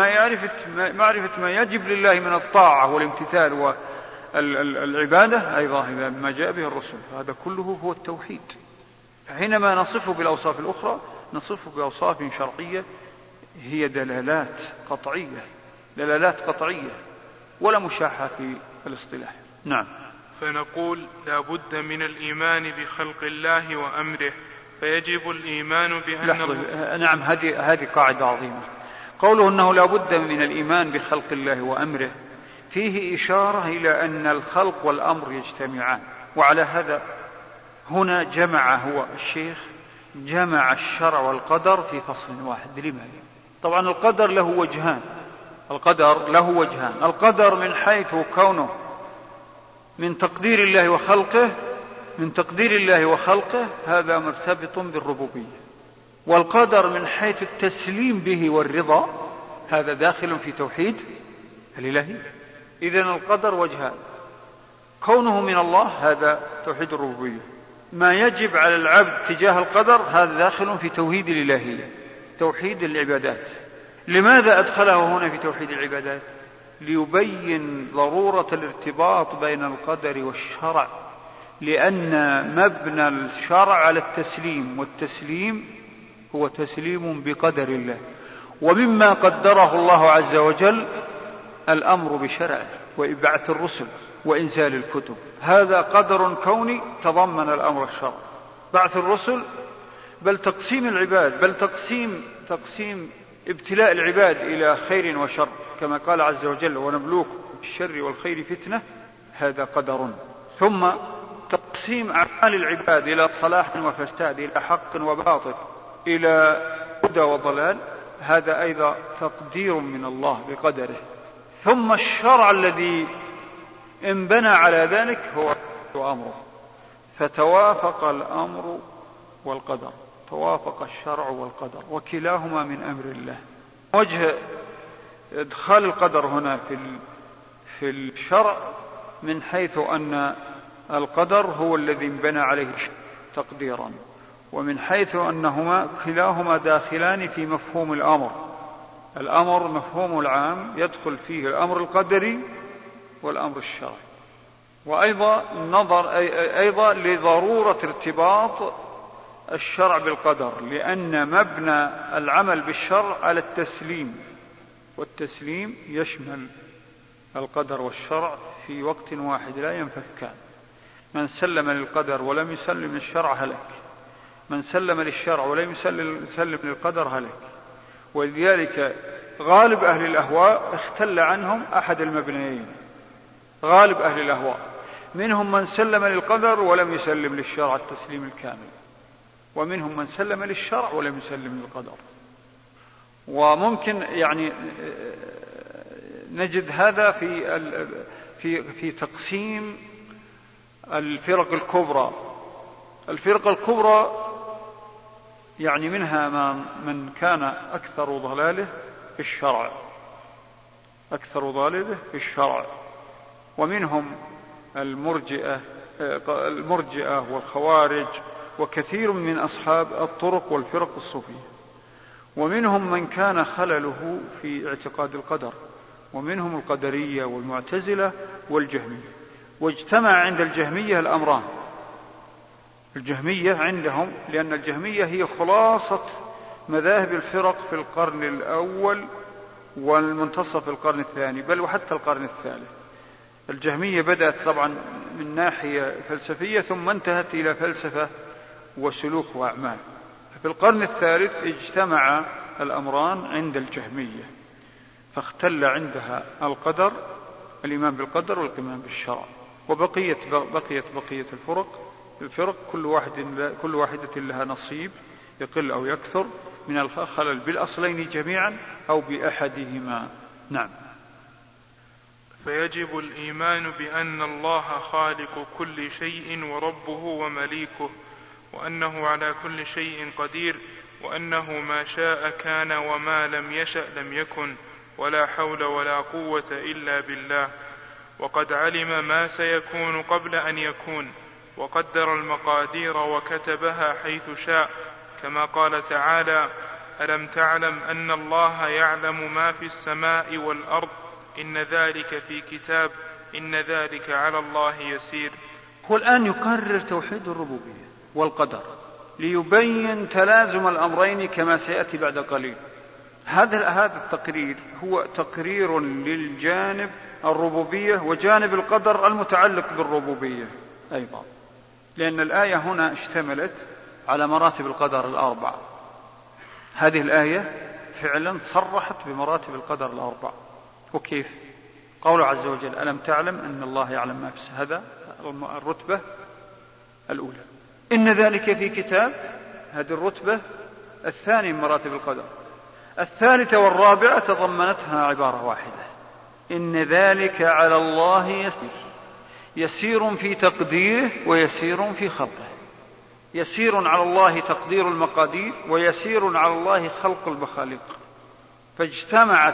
معرفة ما يجب لله من الطاعة والامتثال والعبادة أيضا ما جاء به الرسل، هذا كله هو التوحيد. حينما نصفه بالأوصاف الأخرى نصفه بأوصاف شرعية هي دلالات قطعية ولا مشاحة في الاصطلاح. نعم. فنقول لا بد من الإيمان بخلق الله وأمره، فيجب الإيمان بأن نعم، هذه قاعدة عظيمة. قوله أنه لا بد من الإيمان بخلق الله وأمره فيه إشارة إلى أن الخلق والأمر يجتمعان، وعلى هذا هنا هو الشيخ جمع الشرع والقدر في فصل واحد. لماذا؟ طبعا القدر له وجهان. القدر من حيث كونه من تقدير الله وخلقه هذا مرتبط بالربوبية، والقدر من حيث التسليم به والرضا هذا داخل في توحيد الإلهية. إذن القدر وجهان، كونه من الله هذا توحيد الربوبية، ما يجب على العبد تجاه القدر هذا داخل في توحيد الإلهية، توحيد العبادات. لماذا أدخله هنا في توحيد العبادات؟ ليبين ضرورة الارتباط بين القدر والشرع، لأن مبنى الشرع على التسليم، والتسليم هو تسليم بقدر الله، ومما قدره الله عز وجل الأمر بشرعه وإبعاث الرسل وإنزال الكتب، هذا قدر كوني تضمن الأمر الشرعي، بعث الرسل، بل تقسيم العباد، بل تقسيم ابتلاء العباد إلى خير وشر، كما قال عز وجل ونبلوكم بالشر والخير فتنة، هذا قدر. ثم تقسيم أعمال العباد إلى صلاح وفساد، إلى حق وباطل، إلى هدى وضلال، هذا أيضا تقدير من الله بقدره. ثم الشرع الذي انبنى على ذلك هو أمره، فتوافق الأمر والقدر، توافق الشرع والقدر، وكلاهما من أمر الله. وجه إدخال القدر هنا في الشرع من حيث أن القدر هو الذي انبنى عليه تقديرا، ومن حيث أنهما كلاهما داخلان في مفهوم الأمر مفهوم العام يدخل فيه الأمر القدري والأمر الشرعي. وأيضا أيضا لضرورة ارتباط الشرع بالقدر، لأن مبنى العمل بالشرع على التسليم، والتسليم يشمل القدر والشرع في وقت واحد لا ينفكان. من سلم للقدر ولم يسلم للشرع هلك، من سلم للشرع ولم يسلم للقدر هلك. ولذلك غالب أهل الأهواء اختل عنهم أحد المبنيين، غالب أهل الأهواء منهم من سلم للقدر ولم يسلم للشرع التسليم الكامل، ومنهم من سلم للشرع ولم يسلم للقدر. وممكن يعني نجد هذا في تقسيم الفرق الكبرى. الفرق الكبرى يعني منها من كان أكثر ضلاله في الشرع، ومنهم المرجئة والخوارج وكثير من أصحاب الطرق والفرق الصوفية، ومنهم من كان خلله في اعتقاد القدر، ومنهم القدرية والمعتزلة والجهمية. واجتمع عند الجهمية الأمران، الجهمية عندهم، لأن الجهمية هي خلاصة مذاهب الفرق في القرن الأول والمنتصف القرن الثاني، بل وحتى القرن الثالث. الجهمية بدأت طبعا من ناحية فلسفية ثم انتهت إلى فلسفة وسلوك وأعمال. في القرن الثالث اجتمع الأمران عند الجهمية، فاختل عندها القدر، الإيمان بالقدر والإيمان بالشرع، وبقيت بقية الفرق كل واحدة لها نصيب يقل أو يكثر من الخلل بالأصلين جميعا أو بأحدهما. نعم. فيجب الإيمان بأن الله خالق كل شيء وربه ومليكه، وأنه على كل شيء قدير، وأنه ما شاء كان وما لم يشأ لم يكن، ولا حول ولا قوة إلا بالله. وقد علم ما سيكون قبل أن يكون، وقدر المقادير وكتبها حيث شاء، كما قال تعالى: ألم تعلم أن الله يعلم ما في السماء والأرض، إن ذلك في كتاب، إن ذلك على الله يسير. هو الآن يقرر توحيد الربوبية والقدر ليبين تلازم الأمرين كما سيأتي بعد قليل. هذا التقرير هو تقرير للجانب الربوبية وجانب القدر المتعلق بالربوبية أيضا، لأن الآية هنا اشتملت على مراتب القدر الأربع. هذه الآية فعلا صرحت بمراتب القدر الأربع. وكيف؟ قوله عز وجل: ألم تعلم أن الله يعلم ما في هذا الرتبة الأولى، إن ذلك في كتاب، هذه الرتبة الثانية من مراتب القدر. الثالثة والرابعة تضمنتها عبارة واحدة: إن ذلك على الله يسير، يسير في تقديره ويسير في خلقه. يسير على الله تقدير المقادير، ويسير على الله خلق المخاليق. فاجتمعت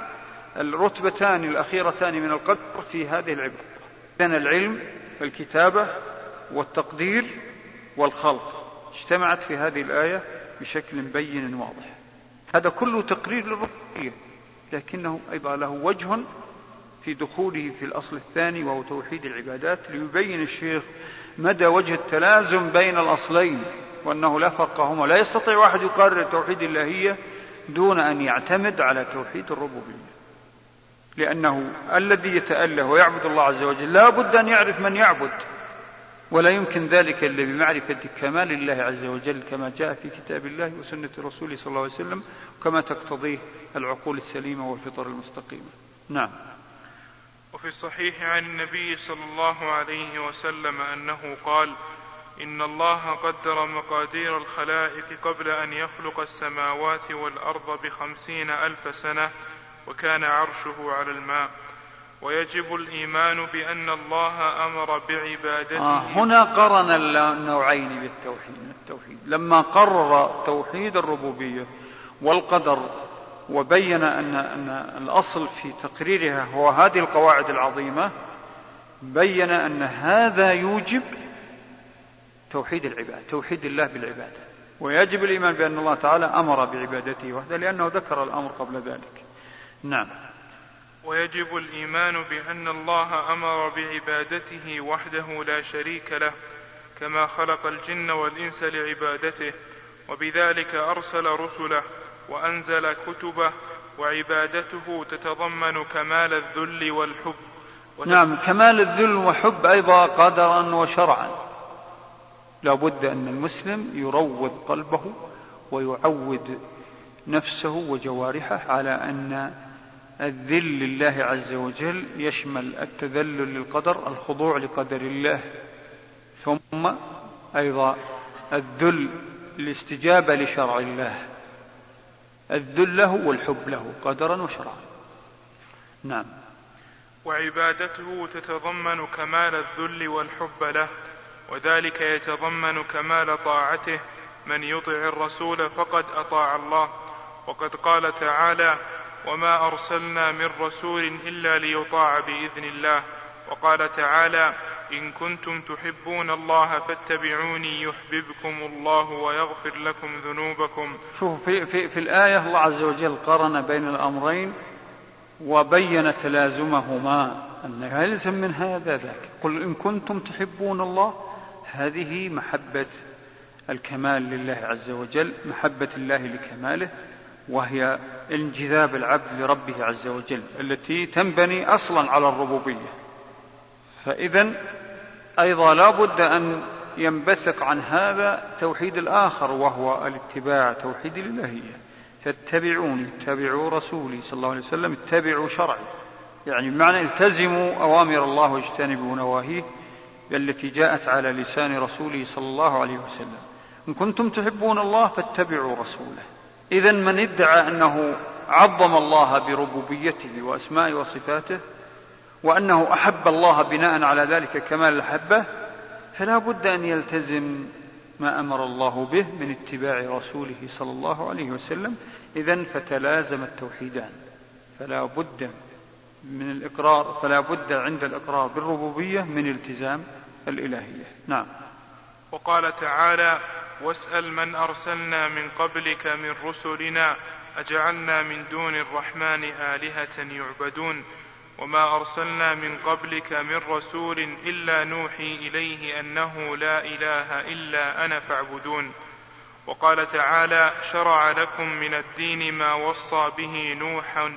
الرتبتان الأخيرتان من القدر في هذه العبارة، كان العلم والكتابة والتقدير والخلق اجتمعت في هذه الآية بشكل بين واضح. هذا كله تقرير للربوبية، لكنه أيضا له وجه في دخوله في الأصل الثاني وهو توحيد العبادات، ليبين الشيخ مدى وجه التلازم بين الأصلين، وأنه لا فرق هما. لا يستطيع واحد يقرر توحيد الإلهية دون أن يعتمد على توحيد الربوبية، لأنه الذي يتأله ويعبد الله عز وجل لا بد أن يعرف من يعبد، ولا يمكن ذلك إلا بمعرفة كمال الله عز وجل كما جاء في كتاب الله وسنة رسوله صلى الله عليه وسلم، كما تقتضيه العقول السليمة والفطر المستقيمة. نعم. وفي الصحيح عن النبي صلى الله عليه وسلم أنه قال: إن الله قدر مقادير الخلائق قبل أن يخلق السماوات والأرض 50,000 سنة، وكان عرشه على الماء. ويجب الإيمان بأن الله أمر بعبادته. هنا قرن النوعين بالتوحيد لما قرر توحيد الربوبية والقدر، وبين أن الأصل في تقريرها هو هذه القواعد العظيمة، بين أن هذا يوجب توحيد العباد، توحيد الله بالعبادة. ويجب الإيمان بأن الله تعالى أمر بعبادته وحده، لأنه ذكر الأمر قبل ذلك. نعم. ويجب الإيمان بأن الله أمر بعبادته وحده لا شريك له، كما خلق الجن والإنس لعبادته، وبذلك أرسل رسله وأنزل كتبه، وعبادته تتضمن كمال الذل والحب. نعم، كمال الذل والحب أيضا قدرا وشرعا. لا بد أن المسلم يروض قلبه ويعود نفسه وجوارحه على أن الذل لله عز وجل يشمل التذلل للقدر، الخضوع لقدر الله، ثم أيضا الذل الاستجابة لشرع الله، الذل له والحب له قدرا وشرعا. نعم. وعبادته تتضمن كمال الذل والحب له، وذلك يتضمن كمال طاعته. من يطع الرسول فقد أطاع الله، وقد قال تعالى: وما أرسلنا من رسول إلا ليطاع بإذن الله. وقال تعالى: إن كنتم تحبون الله فاتبعوني يحببكم الله ويغفر لكم ذنوبكم. شوف في الآية الله عز وجل قرن بين الأمرين وبين تلازمهما، أن يلزم من هذا ذاك. قل إن كنتم تحبون الله، هذه محبة الكمال لله عز وجل، محبة الله لكماله، وهي انجذاب العبد لربه عز وجل التي تنبني أصلا على الربوبية. فإذا أيضا لا بد أن ينبثق عن هذا توحيد الآخر، وهو الاتباع، توحيد الإلهية. فاتبعوني، اتبعوا رسولي صلى الله عليه وسلم، اتبعوا شرعي، يعني بمعنى التزموا أوامر الله واجتنبوا نواهيه التي جاءت على لسان رسوله صلى الله عليه وسلم. إن كنتم تحبون الله فاتبعوا رسوله. إذن من ادعى أنه عظم الله بربوبيته وأسمائه وصفاته، وأنه أحب الله بناء على ذلك كمال الحبة، فلا بد أن يلتزم ما أمر الله به من اتباع رسوله صلى الله عليه وسلم. إذن فتلازم التوحيدان، فلا بد من الإقرار، فلا بد عند الإقرار بالربوبية من التزام الإلهية. نعم. وقال تعالى: واسأل من أرسلنا من قبلك من رسلنا أجعلنا من دون الرحمن آلهة يعبدون وما أرسلنا من قبلك من رسول إلا نوحي إليه أنه لا إله إلا أنا فاعبدون. وقال تعالى: شرع لكم من الدين ما وصى به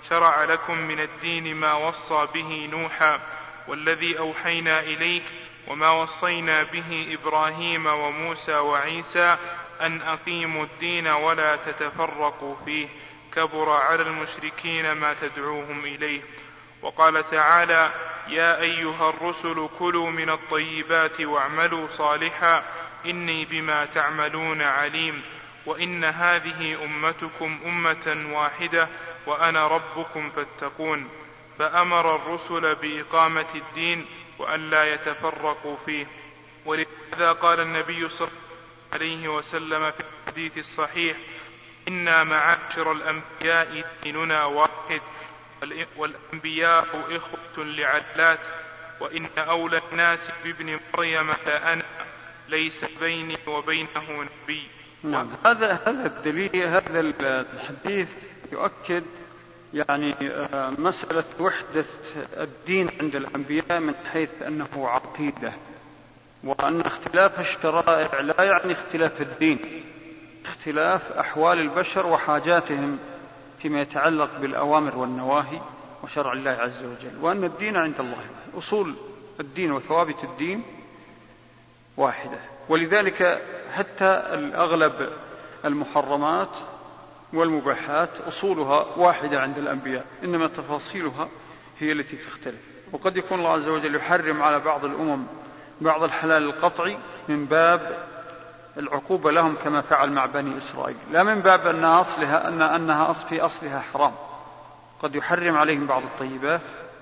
شرع لكم من الدين ما وصى به نوحا والذي أوحينا إليك وما وصينا به إبراهيم وموسى وعيسى أن أقيموا الدين ولا تتفرقوا فيه كبر على المشركين ما تدعوهم إليه. وقال تعالى يا أيها الرسل كلوا من الطيبات واعملوا صالحا إني بما تعملون عليم وإن هذه أمتكم أمة واحدة وأنا ربكم فاتقون. فأمر الرسل بإقامة الدين وأن لا يتفرقوا فيه. ولهذا قال النبي صلى الله عليه وسلم في الحديث الصحيح إنا معاشر الأنبياء ديننا واحد والأنبياء إخوة لعلات وإن أولى الناس بابن مريم لأنا ليس بيني وبينه نبي. نعم. هذا الدليل، هذا الحديث يؤكد يعني مسألة وحدة الدين عند الأنبياء من حيث أنه عقيدة، وأن اختلاف الشرائع لا يعني اختلاف الدين، اختلاف أحوال البشر وحاجاتهم فيما يتعلق بالأوامر والنواهي وشرع الله عز وجل، وأن الدين عند الله أصول الدين وثوابت الدين واحدة. ولذلك حتى الأغلب المحرمات والمباحات أصولها واحدة عند الأنبياء، إنما تفاصيلها هي التي تختلف. وقد يكون الله عز وجل يحرم على بعض الأمم بعض الحلال القطعي من باب العقوبة لهم كما فعل مع بني إسرائيل، لا من باب أنها في أصلها حرام. قد يحرم عليهم بعض الطيبات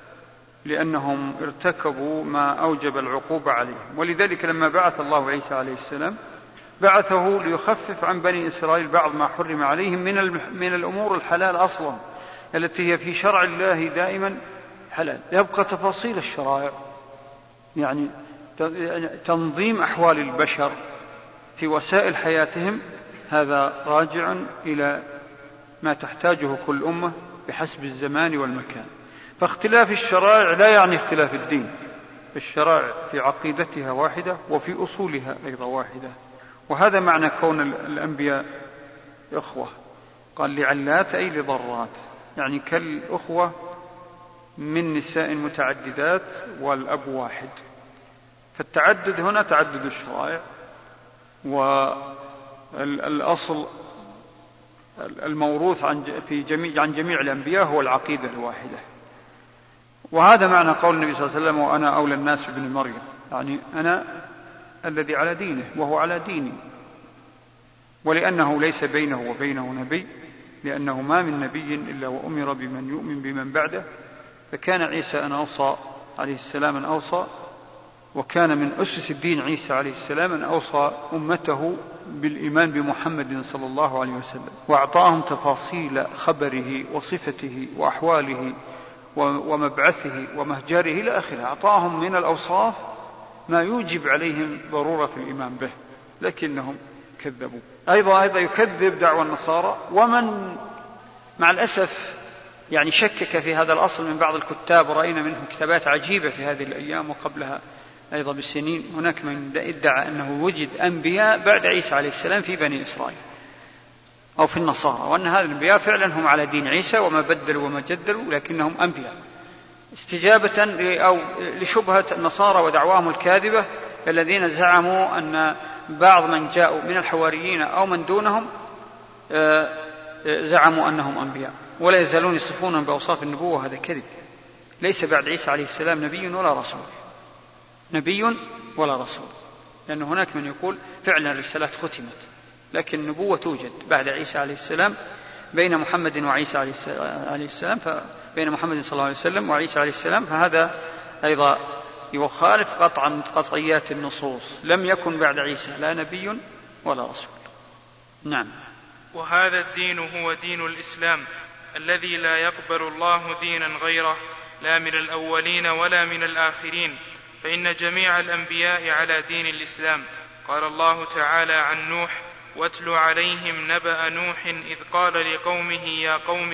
لأنهم ارتكبوا ما أوجب العقوبة عليهم. ولذلك لما بعث الله عيسى عليه السلام بعثه ليخفف عن بني إسرائيل بعض ما حرم عليهم من الأمور الحلال أصلا التي هي في شرع الله دائما حلال. يبقى تفاصيل الشرائع، يعني تنظيم أحوال البشر في وسائل حياتهم، هذا راجع إلى ما تحتاجه كل أمة بحسب الزمان والمكان. فاختلاف الشرائع لا يعني اختلاف الدين، الشرائع في عقيدتها واحدة وفي أصولها أيضا واحدة. وهذا معنى كون الأنبياء إخوة. قال لعلات أي لضرات، يعني كالأخوة من نساء متعددات والأب واحد. فالتعدد هنا تعدد الشرائع، والأصل الموروث عن جميع الأنبياء هو العقيدة الواحدة. وهذا معنى قول النبي صلى الله عليه وسلم وأنا أولى الناس بابن مريم، يعني أنا الذي على دينه وهو على ديني. ولأنه ليس بينه وبينه نبي، لأنه ما من نبي إلا وأمر بمن يؤمن بمن بعده، فكان عيسى أن أوصى عليه السلام أن أوصى، وكان من أسس الدين عيسى عليه السلام أن أوصى أمته بالإيمان بمحمد صلى الله عليه وسلم، وأعطاهم تفاصيل خبره وصفته وأحواله ومبعثه ومهجره إلى آخره. أعطاهم من الأوصاف ما يوجب عليهم ضرورة الإيمان به، لكنهم كذبوا. أيضا يكذب دعوى النصارى، ومن مع الأسف يعني شكك في هذا الأصل من بعض الكتاب، ورأينا منهم كتابات عجيبة في هذه الأيام وقبلها أيضا بالسنين. هناك من ادعى أنه وجد أنبياء بعد عيسى عليه السلام في بني إسرائيل أو في النصارى، وأن هذه الأنبياء فعلا هم على دين عيسى وما بدلوا وما جدلوا، لكنهم أنبياء استجابة أو لشبهة النصارى ودعواهم الكاذبة الذين زعموا أن بعض من جاءوا من الحواريين أو من دونهم زعموا أنهم أنبياء، ولا يزالون يصفونهم بأوصاف النبوة. هذا كذب. ليس بعد عيسى عليه السلام نبي ولا رسول، نبي ولا رسول، لأن هناك من يقول فعلا الرسالات ختمت، لكن النبوة توجد بعد عيسى عليه السلام بين محمد وعيسى عليه السلام، بين محمد صلى الله عليه وسلم وعيسى عليه السلام. فهذا أيضا يخالف قطعا من قطعيات النصوص. لم يكن بعد عيسى لا نبي ولا رسول. نعم. وهذا الدين هو دين الإسلام الذي لا يقبل الله دينا غيره، لا من الأولين ولا من الآخرين، فإن جميع الأنبياء على دين الإسلام. قال الله تعالى عن نوح: واتل عليهم نبأ نوح إذ قال لقومه يا قوم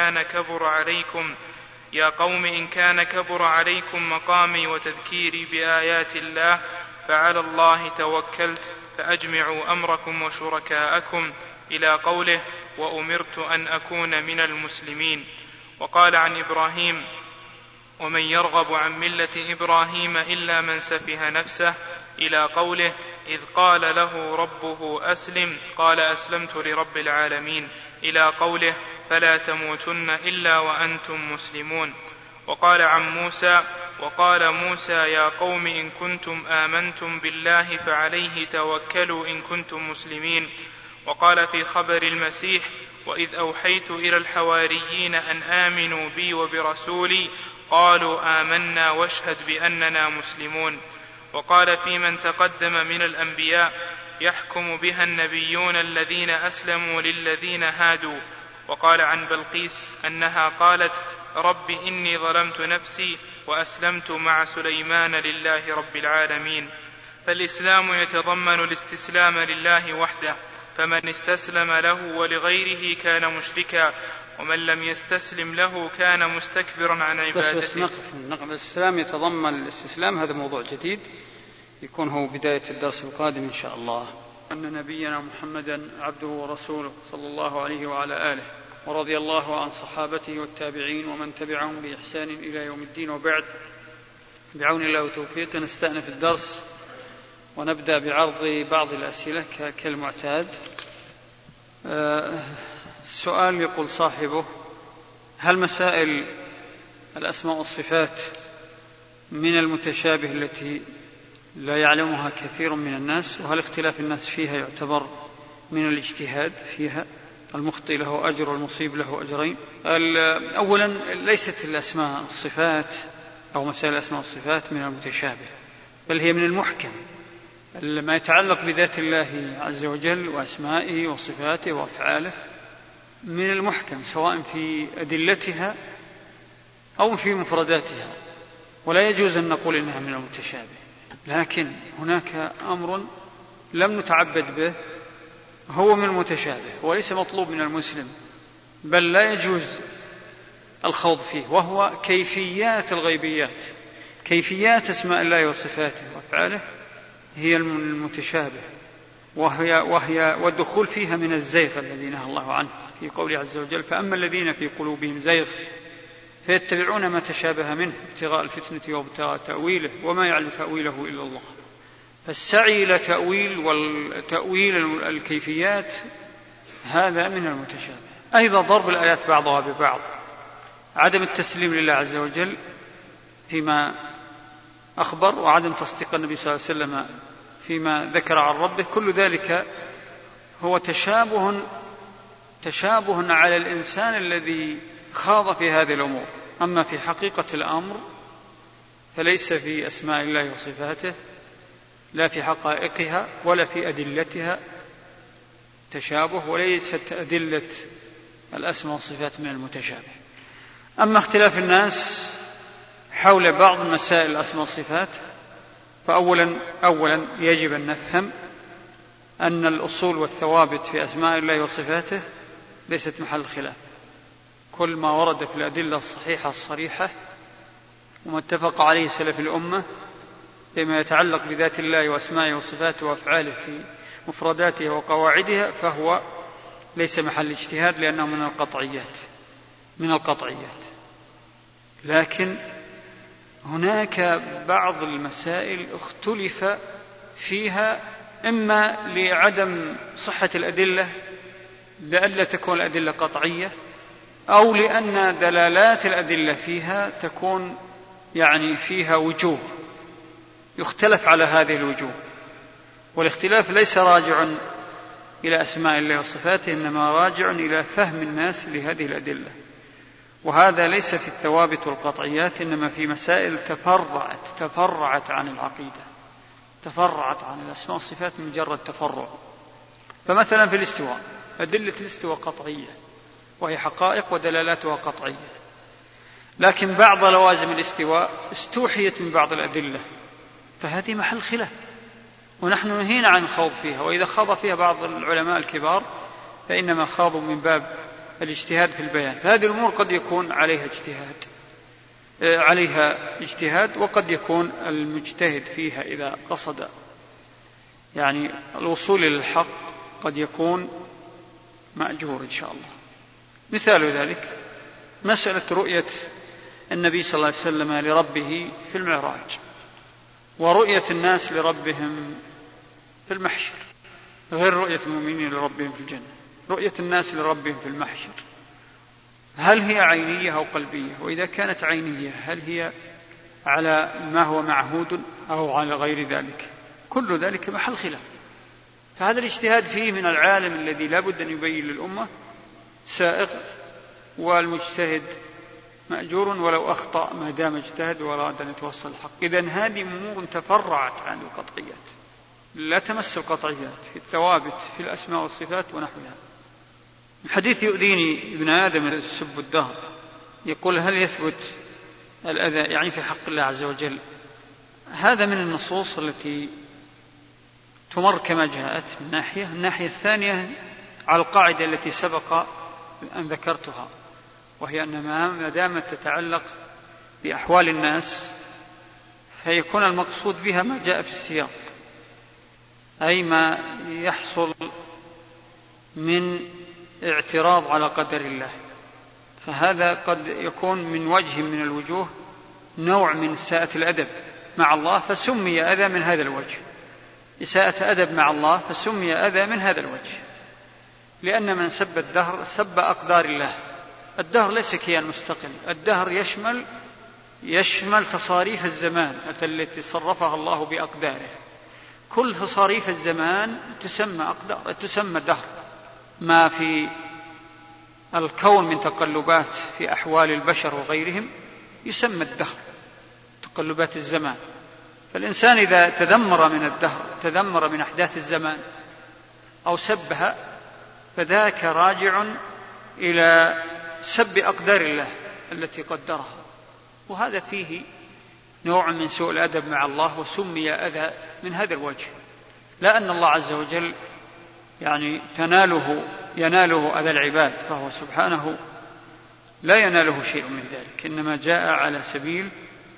إن كان كبر عليكم مقامي وتذكيري بآيات الله فعلى الله توكلت فأجمعوا أمركم وشركاءكم، إلى قوله: وأمرت أن أكون من المسلمين. وقال عن إبراهيم: ومن يرغب عن ملة إبراهيم إلا من سفه نفسه، إلى قوله: إذ قال له ربه أسلم قال أسلمت لرب العالمين، إلى قوله: فلا تموتن إلا وأنتم مسلمون. وقال عن موسى: وقال موسى يا قوم إن كنتم آمنتم بالله فعليه توكلوا إن كنتم مسلمين. وقال في خبر المسيح: وإذ أوحيت إلى الحواريين أن آمنوا بي وبرسولي قالوا آمنا واشهد بأننا مسلمون. وقال في من تقدم من الأنبياء: يحكم بها النبيون الذين أسلموا للذين هادوا. وقال عن بلقيس أنها قالت: رب إني ظلمت نفسي وأسلمت مع سليمان لله رب العالمين. فالإسلام يتضمن الاستسلام لله وحده، فمن استسلم له ولغيره كان مشركا، ومن لم يستسلم له كان مستكبرا عن عبادته. بس نقف. الإسلام يتضمن الاستسلام، هذا موضوع جديد يكون هو بداية الدرس القادم إن شاء الله. أن نبينا محمدا عبده ورسوله صلى الله عليه وعلى آله، ورضي الله عن صحابته والتابعين ومن تبعهم بإحسان إلى يوم الدين. وبعد، بعون الله وتوفيقه نستأنف الدرس ونبدأ بعرض بعض الأسئلة كالمعتاد. السؤال يقول صاحبه: هل مسائل الأسماء والصفات من المتشابه التي لا يعلمها كثير من الناس، وهل اختلاف الناس فيها يعتبر من الاجتهاد فيها؟ المخطئ له أجر والمصيب له أجرين. أولا، ليست الأسماء والصفات أو مسائل الأسماء والصفات من المتشابه، بل هي من المحكم. ما يتعلق بذات الله عز وجل وأسمائه وصفاته وأفعاله من المحكم، سواء في أدلتها أو في مفرداتها، ولا يجوز أن نقول إنها من المتشابه. لكن هناك أمر لم نتعبد به هو من المتشابه وليس مطلوب من المسلم، بل لا يجوز الخوض فيه، وهو كيفيات الغيبيات. كيفيات أسماء الله وصفاته وأفعاله هي المتشابه، وهي والدخول فيها من الزيغ الذي نهى الله عنه في قوله عز وجل: فأما الذين في قلوبهم زيغ فيتبعون ما تشابه منه ابتغاء الفتنة وابتغاء تأويله وما يعلم تأويله إلا الله. فالسعي إلى تأويل الكيفيات هذا من المتشابه. أيضا ضرب الآيات بعضها ببعض، عدم التسليم لله عز وجل فيما أخبر، وعدم تصديق النبي صلى الله عليه وسلم فيما ذكر عن ربه، كل ذلك هو تشابه على الإنسان الذي خاض في هذه الأمور. أما في حقيقة الأمر فليس في أسماء الله وصفاته لا في حقائقها ولا في أدلتها تشابه، وليست أدلة الأسماء والصفات من المتشابه. أما اختلاف الناس حول بعض مسائل الأسماء والصفات، فأولا يجب أن نفهم أن الأصول والثوابت في أسماء الله وصفاته ليست محل خلاف. كل ما ورد في الأدلة الصحيحة الصريحة وما اتفق عليه سلف الأمة فيما يتعلق بذات الله وأسمائه وصفاته وأفعاله في مفرداتها وقواعدها فهو ليس محل اجتهاد، لأنه من القطعيات. لكن هناك بعض المسائل اختلف فيها، إما لعدم صحة الأدلة لئلا تكون الأدلة قطعية، أو لأن دلالات الأدلة فيها تكون فيها وجوه يختلف على هذه الوجوه. والاختلاف ليس راجع إلى أسماء الله وصفاته، إنما راجع إلى فهم الناس لهذه الأدلة. وهذا ليس في الثوابت والقطعيات، إنما في مسائل تفرعت عن العقيدة، تفرعت عن الأسماء والصفات من مجرد تفرع. فمثلا في الاستواء، أدلة الاستواء قطعية وهي حقائق ودلالاتها قطعية، لكن بعض لوازم الاستواء استوحيت من بعض الأدلة، فهذه محل خلاف، ونحن نهينا عن الخوض فيها. وإذا خاض فيها بعض العلماء الكبار فإنما خاضوا من باب الاجتهاد في البيان. فهذه الأمور قد يكون عليها اجتهاد، وقد يكون المجتهد فيها إذا قصد الوصول إلى الحق قد يكون مأجور إن شاء الله. مثال ذلك مسألة رؤية النبي صلى الله عليه وسلم لربه في المعراج ورؤية الناس لربهم في المحشر غير رؤية المؤمنين لربهم في الجنة. رؤية الناس لربهم في المحشر هل هي عينية أو قلبية؟ وإذا كانت عينية هل هي على ما هو معهود أو على غير ذلك؟ كل ذلك محل خلاف. فهذا الاجتهاد فيه من العالم الذي لا بد أن يبين للأمة سائغ، والمجتهد مأجور ولو أخطأ ما دام اجتهد وأراد أن يتوصل الحق. إذن هذه أمور تفرعت عن القطعيات، لا تمس القطعيات في الثوابت في الأسماء والصفات ونحوها. الحديث يؤذيني ابن آدم يسب الدهر، يقول هل يثبت الأذى يعني في حق الله عز وجل؟ هذا من النصوص التي تمر كما جاءت من ناحية. الناحية الثانية على القاعدة التي سبق أن ذكرتها، وهي أن ما دامت تتعلق بأحوال الناس فيكون المقصود بها ما جاء في السياق، أي ما يحصل من اعتراض على قدر الله. فهذا قد يكون من وجه من الوجوه نوع من إساءة الأدب مع الله فسمي أذى من هذا الوجه، إساءة أدب مع الله فسمي أذى من هذا الوجه، لأن من سب الدهر سب أقدار الله. الدهر ليس كيان مستقل، الدهر يشمل تصاريف الزمان التي صرفها الله بأقداره. كل تصاريف الزمان تسمى دهر. ما في الكون من تقلبات في أحوال البشر وغيرهم يسمى الدهر، تقلبات الزمان. فالإنسان إذا تذمر من الدهر، تذمر من أحداث الزمان أو سبها، فذاك راجع إلى سب أقدار الله التي قدرها، وهذا فيه نوع من سوء الأدب مع الله، وسمي أذى من هذا الوجه. لا أن الله عز وجل يعني يناله أذى العباد، فهو سبحانه لا يناله شيء من ذلك، إنما جاء على سبيل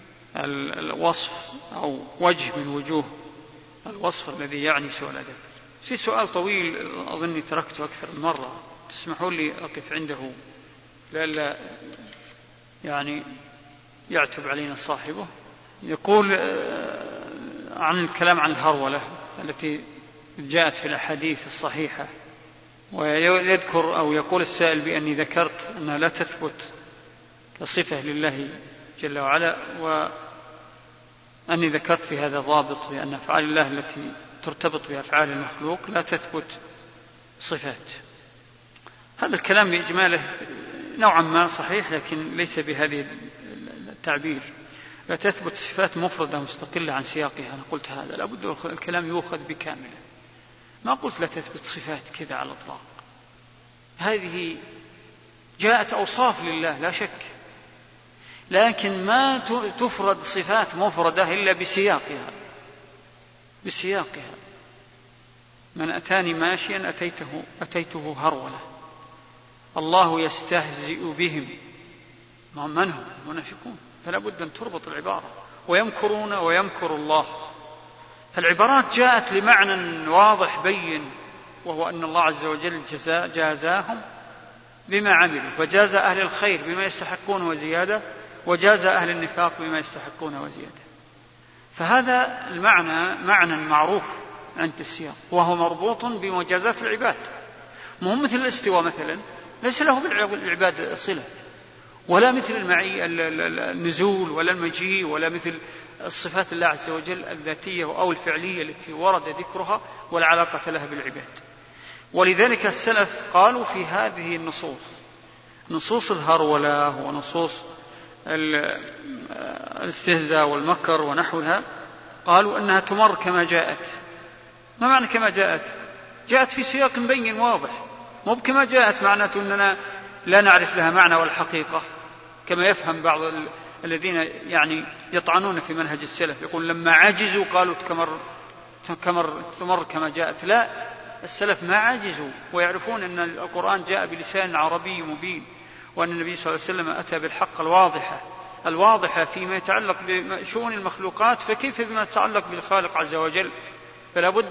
الوصف أو وجه من وجوه الوصف الذي يعني سوء الأدب. في سؤال طويل أظني تركته أكثر من مرة، تسمحوا لي أقف عنده لألا يعني يعتب علينا صاحبه. يقول عن الكلام عن الهرولة التي جاءت في الأحاديث الصحيحة، ويذكر أو يقول السائل بأني ذكرت أنها لا تثبت كصفة لله جل وعلا، وأني ذكرت في هذا ضابط بأن أفعال الله التي ترتبط بأفعال المخلوق لا تثبت صفات. هذا الكلام بإجماله نوعا ما صحيح، لكن ليس بهذه التعبير. لا تثبت صفات مفردة مستقلة عن سياقها. أنا قلت هذا لابد الكلام يؤخذ بكامله، ما قلت لا تثبت صفات كذا على الإطلاق. هذه جاءت أوصاف لله لا شك، لكن ما تفرد صفات مفردة إلا بسياقها. من أتاني ماشيا أتيته هرولة. الله يستهزئ بهم، من هم المنافقون، فلا بد أن تربط العبارة. ويمكرون ويمكر الله. فالعبارات جاءت لمعنى واضح بين، وهو أن الله عز وجل جازاهم بما عملوا، فجاز أهل الخير بما يستحقون وزيادة، وجاز أهل النفاق بما يستحقون وزيادة. فهذا المعنى معنى معروف عند السياق، وهو مربوط بمجازات العباد. مهم مثل الاستواء مثلا ليس له بالعباد صلة، ولا مثل النزول ولا المجيء، ولا مثل الصفات الله عز وجل الذاتية أو الفعلية التي ورد ذكرها ولا علاقة لها بالعباد. ولذلك السلف قالوا في هذه النصوص، نصوص الهرولة ونصوص الاستهزاء والمكر ونحوها، قالوا أنها تمر كما جاءت. ما معنى كما جاءت؟ جاءت في سياق بين واضح، مو كما جاءت معناته أننا لا نعرف لها معنى والحقيقة، كما يفهم بعض الذين يعني يطعنون في منهج السلف، يقول لما عجزوا قالوا تمر كما جاءت. لا، السلف ما عجزوا، ويعرفون أن القرآن جاء بلسان عربي مبين، وأن النبي صلى الله عليه وسلم أتى بالحق الواضحة فيما يتعلق بشؤون المخلوقات، فكيف بما يتعلق بالخالق عز وجل؟ فلا بد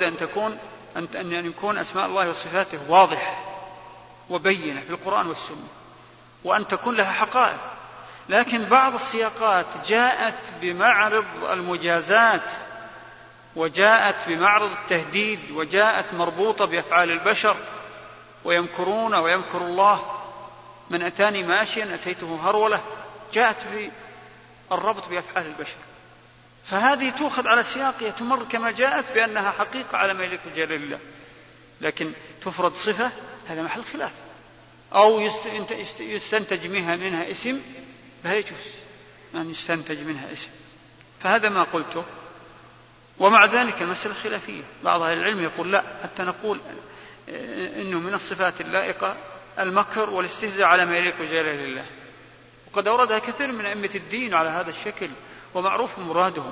أن يكون أسماء الله وصفاته واضحة وبينة في القرآن والسنة. وأن تكون لها حقائق. لكن بعض السياقات جاءت بمعرض المجازات، وجاءت بمعرض التهديد، وجاءت مربوطة بأفعال البشر، ويمكرون ويمكر الله، من أتاني ماشيا أتيته هرولة، جاءت بالربط بأفعال البشر. فهذه تؤخذ على سياقها، تمر كما جاءت بأنها حقيقة على ما يليق بجلال الله. لكن تفرض صفة، هذا محل خلاف. أو يستنتج منها اسم، لا يجوز أن يستنتج منها اسم. فهذا ما قلته. ومع ذلك المسألة خلافية، بعض أهل العلم يقول لا، حتى نقول إنه من الصفات اللائقة المكر والاستهزاء على ما يليق بجلال الله، وقد أوردها كثير من أئمة الدين على هذا الشكل، ومعروف مرادهم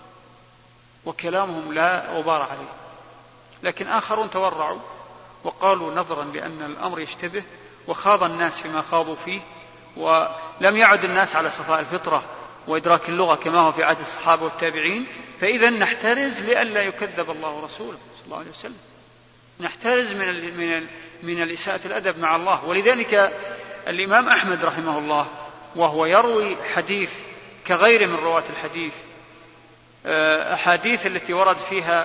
وكلامهم لا غبار عليه. لكن آخرون تورعوا وقالوا نظرا لأن الأمر يشتبه، وخاض الناس فيما خاضوا فيه، ولم يعد الناس على صفاء الفطرة وإدراك اللغة كما هو في عهد الصحابة والتابعين، فإذا نحترز لئلا يكذب الله ورسوله صلى الله عليه وسلم، نحترز من الإساءة الأدب مع الله. ولذلك الإمام أحمد رحمه الله وهو يروي حديث كغير من رواة الحديث، أحاديث التي ورد فيها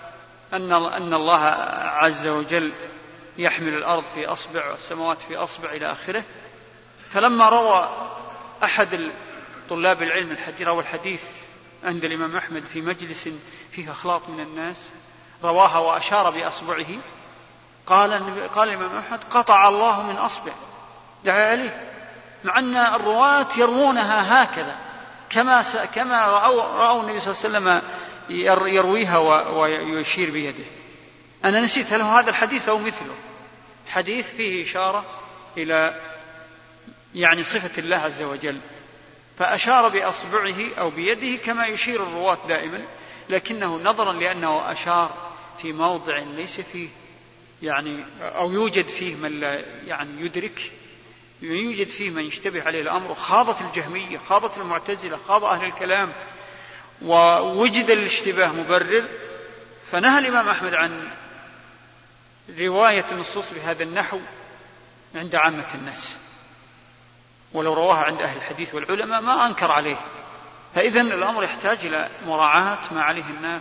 أن الله عز وجل يحمل الأرض في أصبع والسماوات في أصبع إلى آخره. فلما روى أحد طلاب العلم الحديث، روى الحديث عند الإمام أحمد في مجلس فيه أخلاط من الناس، رواها وأشار بأصبعه، قال الإمام أحمد قطع الله من أصبع، دعا عليه، مع أن الرواة يروونها هكذا كما رأوا النبي صلى الله عليه وسلم يرويها ويشير بيده. أنا نسيت هل هذا الحديث أو مثله، حديث فيه إشارة إلى يعني صفة الله عز وجل، فأشار بأصبعه أو بيده كما يشير الرواة دائما، لكنه نظرا لأنه أشار في موضع ليس فيه يعني أو يوجد فيه من لا يعني يدرك، يوجد فيه من يشتبه عليه الأمر، خاضت الجهمية، خاضت المعتزلة، خاض أهل الكلام، ووجد الاشتباه مبرر، فنهى الإمام أحمد عن رواية النصوص بهذا النحو عند عامة الناس، ولو رواها عند أهل الحديث والعلماء ما أنكر عليه. فإذن الأمر يحتاج إلى مراعاة ما عليه الناس،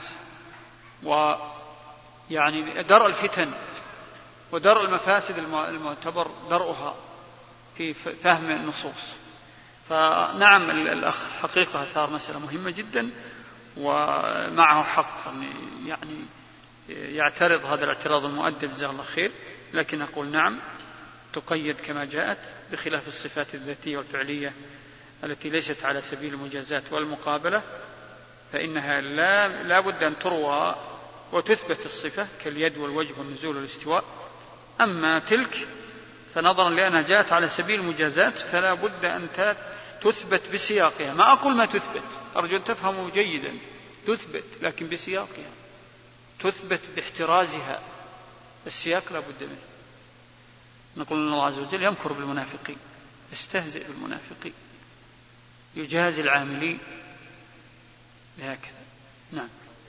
ويعني درء الفتن ودرء المفاسد المعتبر درءها في فهم النصوص. فنعم الأخ حقيقة أثار مسألة مهمة جدا، ومعه حق يعني يعترض هذا الاعتراض المؤدب جزاه الله خير، لكن أقول نعم تقيد كما جاءت، بخلاف الصفات الذاتية والفعلية التي ليست على سبيل المجازات والمقابلة، فإنها لا بد أن تروى وتثبت الصفة كاليد والوجه والنزول والاستواء. أما تلك فنظرا لأنها جاءت على سبيل المجازات فلا بد أن تثبت بسياقها. ما أقول ما تثبت، أرجو أن تفهموا جيدا، تثبت لكن بسياقها، تثبت باحترازها، السياق لا بد منه. نقول أن الله عز وجل يمكر بالمنافقين، يستهزئ بالمنافقين، يجازي العاملين بهكذا. نعم.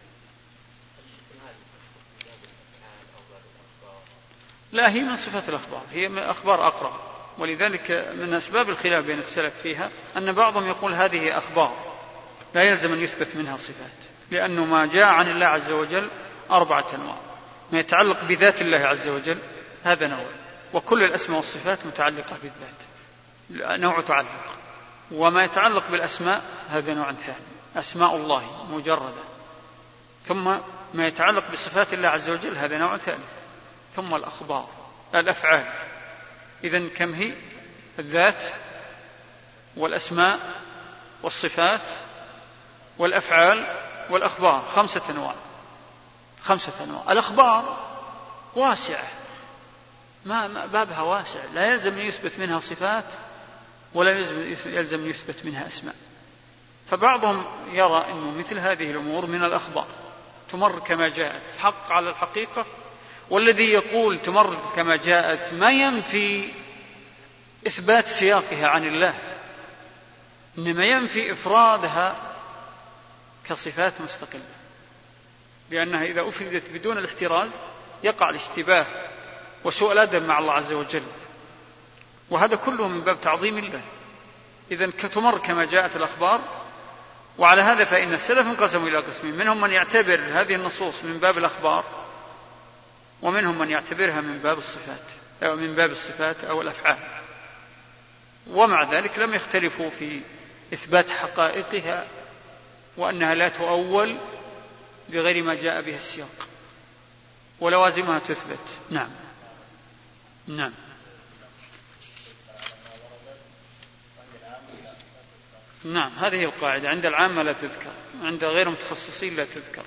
لا، هي من صفات الأخبار، هي من أخبار أقرب، ولذلك من أسباب الخلاف بين السلف فيها أن بعضهم يقول هذه أخبار لا يلزم أن يثبت منها صفات، لأنه ما جاء عن الله عز وجل 4 أنواع: ما يتعلق بذات الله عز وجل هذا نوع، وكل الأسماء والصفات متعلقة بالذات نوع تعلق، وما يتعلق بالأسماء هذا نوع ثاني، أسماء الله مجردة، ثم ما يتعلق بصفات الله عز وجل هذا نوع ثالث، ثم الأخبار الأفعال. إذن كم هي؟ الذات والأسماء والصفات والأفعال والأخبار، 5 أنواع. 5 أنواع. الأخبار واسعة، ما بابها واسع، لا يلزم أن يثبت منها صفات ولا يلزم أن يثبت منها أسماء. فبعضهم يرى أنه مثل هذه الأمور من الأخبار تمر كما جاءت حق على الحقيقة، والذي يقول تمر كما جاءت ما ينفي إثبات سياقها عن الله، إنما ينفي إفرادها كصفات مستقلة، لأنها إذا أفردت بدون الاحتراز يقع الاشتباه وسوء الأدب مع الله عز وجل. وهذا كله من باب تعظيم الله. إذن كتمر كما جاءت الأخبار. وعلى هذا فإن السلف انقسموا إلى قسمين: منهم من يعتبر هذه النصوص من باب الأخبار، ومنهم من يعتبرها من باب الصفات أو من باب الصفات أو الأفعال، ومع ذلك لم يختلفوا في إثبات حقائقها وأنها لا تؤول بغير ما جاء بها السياق، ولوازمها تثبت. نعم. نعم. نعم، هذه القاعدة: عند العامة لا تذكر، عند غير متخصصين لا تذكر،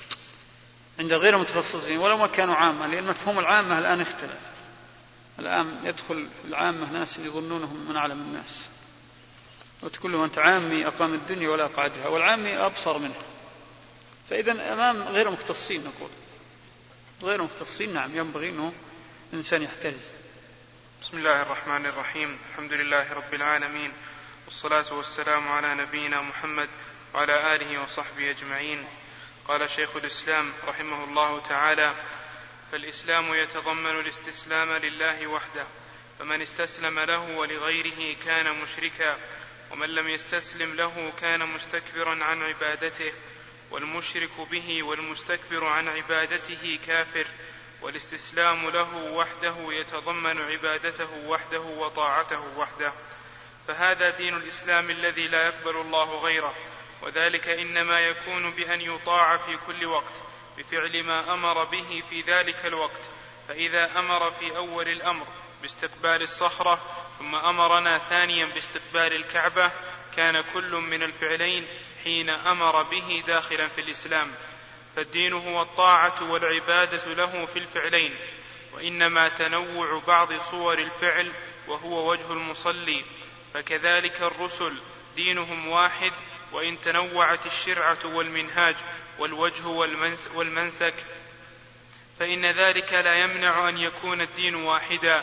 عند غير متخصصين ولو ما كانوا عامة، لأن مفهوم العامة الآن اختلف. الآن يدخل العامة ناس يظنونهم من أعلم الناس، وتقول له أنت عامي أقام الدنيا ولا أقعدها، والعامي أبصر منه. فإذا أمام غير مختصين، نقول غير مختصين. نعم، ينبغي أنه الإنسان يحترز. بسم الله الرحمن الرحيم. الحمد لله رب العالمين، والصلاة والسلام على نبينا محمد وعلى آله وصحبه أجمعين. قال شيخ الإسلام رحمه الله تعالى: فالإسلام يتضمن الاستسلام لله وحده، فمن استسلم له ولغيره كان مشركا، ومن لم يستسلم له كان مستكبرا عن عبادته، والمشرك به والمستكبر عن عبادته كافر. والاستسلام له وحده يتضمن عبادته وحده وطاعته وحده، فهذا دين الإسلام الذي لا يقبل الله غيره، وذلك إنما يكون بأن يطاع في كل وقت بفعل ما أمر به في ذلك الوقت. فإذا أمر في أول الأمر باستقبال الصخرة، ثم أمرنا ثانيا باستقبال الكعبة، كان كل من الفعلين حين أمر به داخلا في الإسلام. فالدين هو الطاعة والعبادة له في الفعلين، وإنما تنوع بعض صور الفعل وهو وجه المصلي. فكذلك الرسل دينهم واحد، وإن تنوعت الشرعة والمنهاج والوجه والمنسك، فإن ذلك لا يمنع أن يكون الدين واحدا،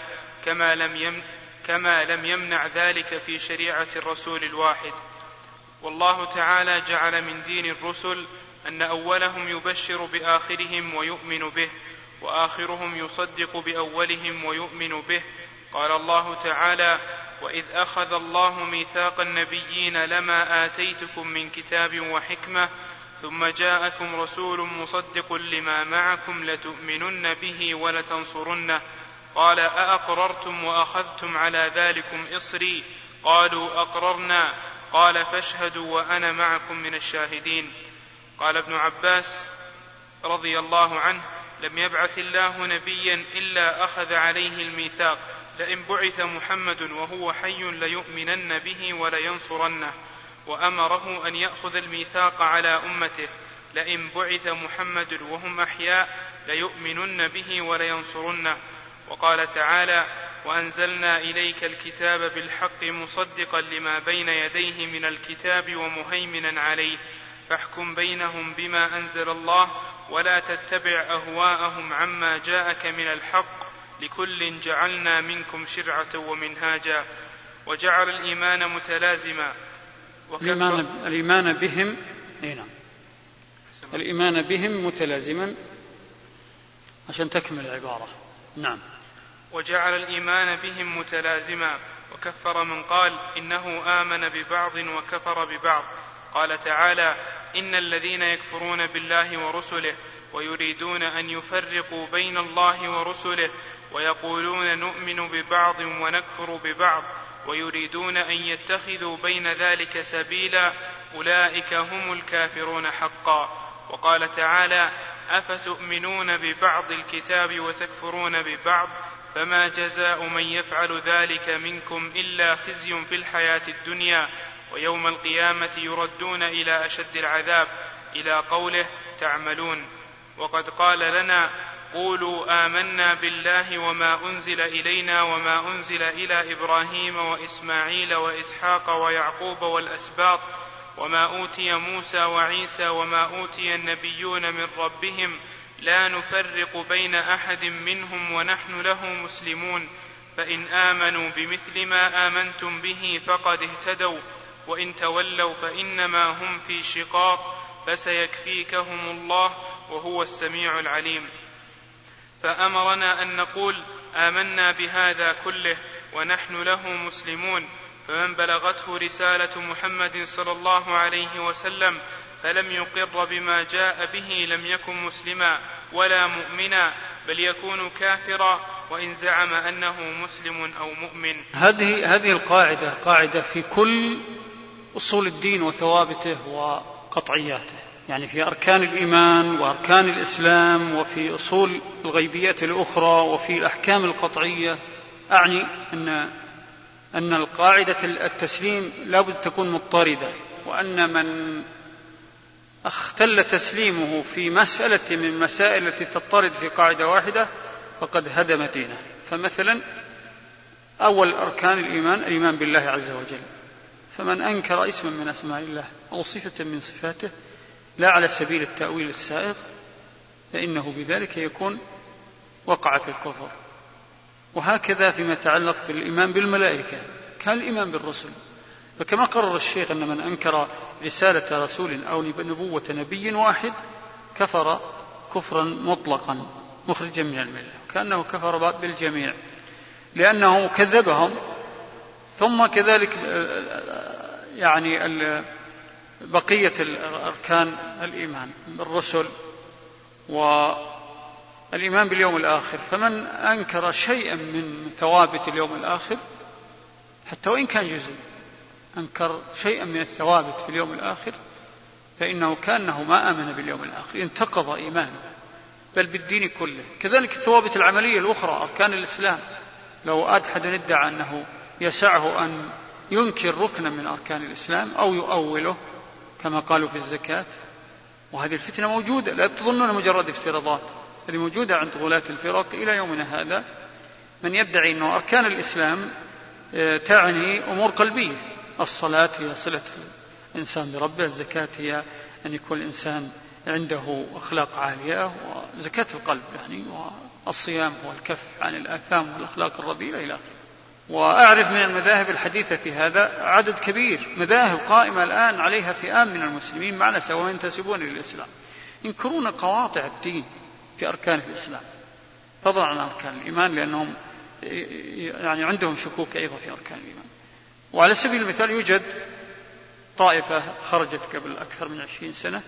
كما لم يمنع ذلك في شريعة الرسول الواحد. والله تعالى جعل من دين الرسل أن أولهم يبشر بآخرهم ويؤمن به، وآخرهم يصدق بأولهم ويؤمن به. قال الله تعالى: وإذ أخذ الله ميثاق النبيين لما آتيتكم من كتاب وحكمة ثم جاءكم رسول مصدق لما معكم لتؤمنن به ولتنصرنه. قال: أأقررتم وأخذتم على ذلكم إصري؟ قالوا: أقررنا. قال: فاشهدوا وأنا معكم من الشاهدين. قال ابن عباس رضي الله عنه: لم يبعث الله نبيا إلا أخذ عليه الميثاق، لئن بعث محمد وهو حي ليؤمنن به ولينصرنه. وأمره أن يأخذ الميثاق على أمته، لئن بعث محمد وهم أحياء ليؤمنن به ولينصرنه. وقال تعالى: وأنزلنا إليك الكتاب بالحق مصدقا لما بين يديه من الكتاب ومهيمنا عليه، فاحكم بينهم بما أنزل الله ولا تتبع أهواءهم عما جاءك من الحق، لكل جعلنا منكم شرعة ومنهاجا. وجعل الإيمان متلازما. الإيمان بهم الإيمان بهم متلازما، عشان تكمل العبارة. نعم. وجعل الإيمان بهم متلازما، وكفر من قال إنه آمن ببعض وكفر ببعض. قال تعالى: إن الذين يكفرون بالله ورسله ويريدون أن يفرقوا بين الله ورسله ويقولون نؤمن ببعض ونكفر ببعض ويريدون أن يتخذوا بين ذلك سبيلا، أولئك هم الكافرون حقا. وقال تعالى: أفتؤمنون ببعض الكتاب وتكفرون ببعض، فما جزاء من يفعل ذلك منكم إلا خزي في الحياة الدنيا، ويوم القيامة يردون إلى أشد العذاب، إلى قوله: تعملون. وقد قال لنا: قولوا آمنا بالله وما أنزل إلينا وما أنزل إلى إبراهيم وإسماعيل وإسحاق ويعقوب والأسباط، وما أوتي موسى وعيسى وما أوتي النبيون من ربهم، لا نفرق بين أحد منهم ونحن له مسلمون، فإن آمنوا بمثل ما آمنتم به فقد اهتدوا، وإن تولوا فإنما هم في شقاق، فسيكفيكهم الله وهو السميع العليم. فأمرنا أن نقول آمنا بهذا كله ونحن له مسلمون، فمن بلغته رسالة محمد صلى الله عليه وسلم فلم يقر بما جاء به لم يكن مسلما ولا مؤمنا، بل يكون كافرا وإن زعم أنه مسلم أو مؤمن. هذه القاعدة قاعدة في كل أصول الدين وثوابته وقطعياته، يعني في أركان الإيمان وأركان الإسلام وفي أصول الغيبيات الأخرى وفي الأحكام القطعية. أعني أن القاعدة التسليم لا بد تكون مضطردة، وأن من اختل تسليمه في مسألة من المسائل التي تضطرد في قاعدة واحدة فقد هدم دينه. فمثلا أول أركان الإيمان بالله عز وجل، فمن أنكر اسما من أسماء الله أو صفة من صفاته لا على سبيل التأويل السائغ فإنه بذلك يكون وقع في الكفر. وهكذا فيما يتعلق بالإيمان بالملائكة كالإيمان بالرسل، فكما قرر الشيخ أن من أنكر رسالة رسول أو نبوة نبي واحد كفر كفرا مطلقا مخرجا من الملة، كأنه كفر بالجميع لأنه كذبهم. ثم كذلك يعني بقية أركان الإيمان بالرسل والإيمان باليوم الآخر، فمن أنكر شيئا من ثوابت اليوم الآخر حتى وإن كان جزء، أنكر شيئا من الثوابت في اليوم الآخر فإنه كأنه ما آمن باليوم الآخر، انتقض إيمانه بل بالدين كله. كذلك الثوابت العملية الأخرى أركان الإسلام، لو أحد ادعى أنه يسعه أن ينكر ركنا من أركان الإسلام أو يؤوله كما قالوا في الزكاة، وهذه الفتنة موجودة، لا تظنون مجرد افتراضات، هذه موجودة عند غلاة الفرق إلى يومنا هذا، من يدعي أن أركان الإسلام تعني أمور قلبية، الصلاة هي صلة الإنسان بربه، الزكاة هي أن يكون الإنسان عنده أخلاق عالية، وزكاة القلب يعني، والصيام هو الكف عن الآثام والأخلاق الرذيلة إلى آخره. وأعرف من المذاهب الحديثة في هذا عدد كبير، مذاهب قائمة الآن عليها فئام من المسلمين معنا سواء ينتسبون للإسلام ينكرون قواطع الدين في أركان الإسلام فضلا عن أركان الإيمان، لأنهم يعني عندهم شكوك أيضا في أركان الإيمان. وعلى سبيل المثال يوجد طائفة خرجت قبل أكثر من 20 سنة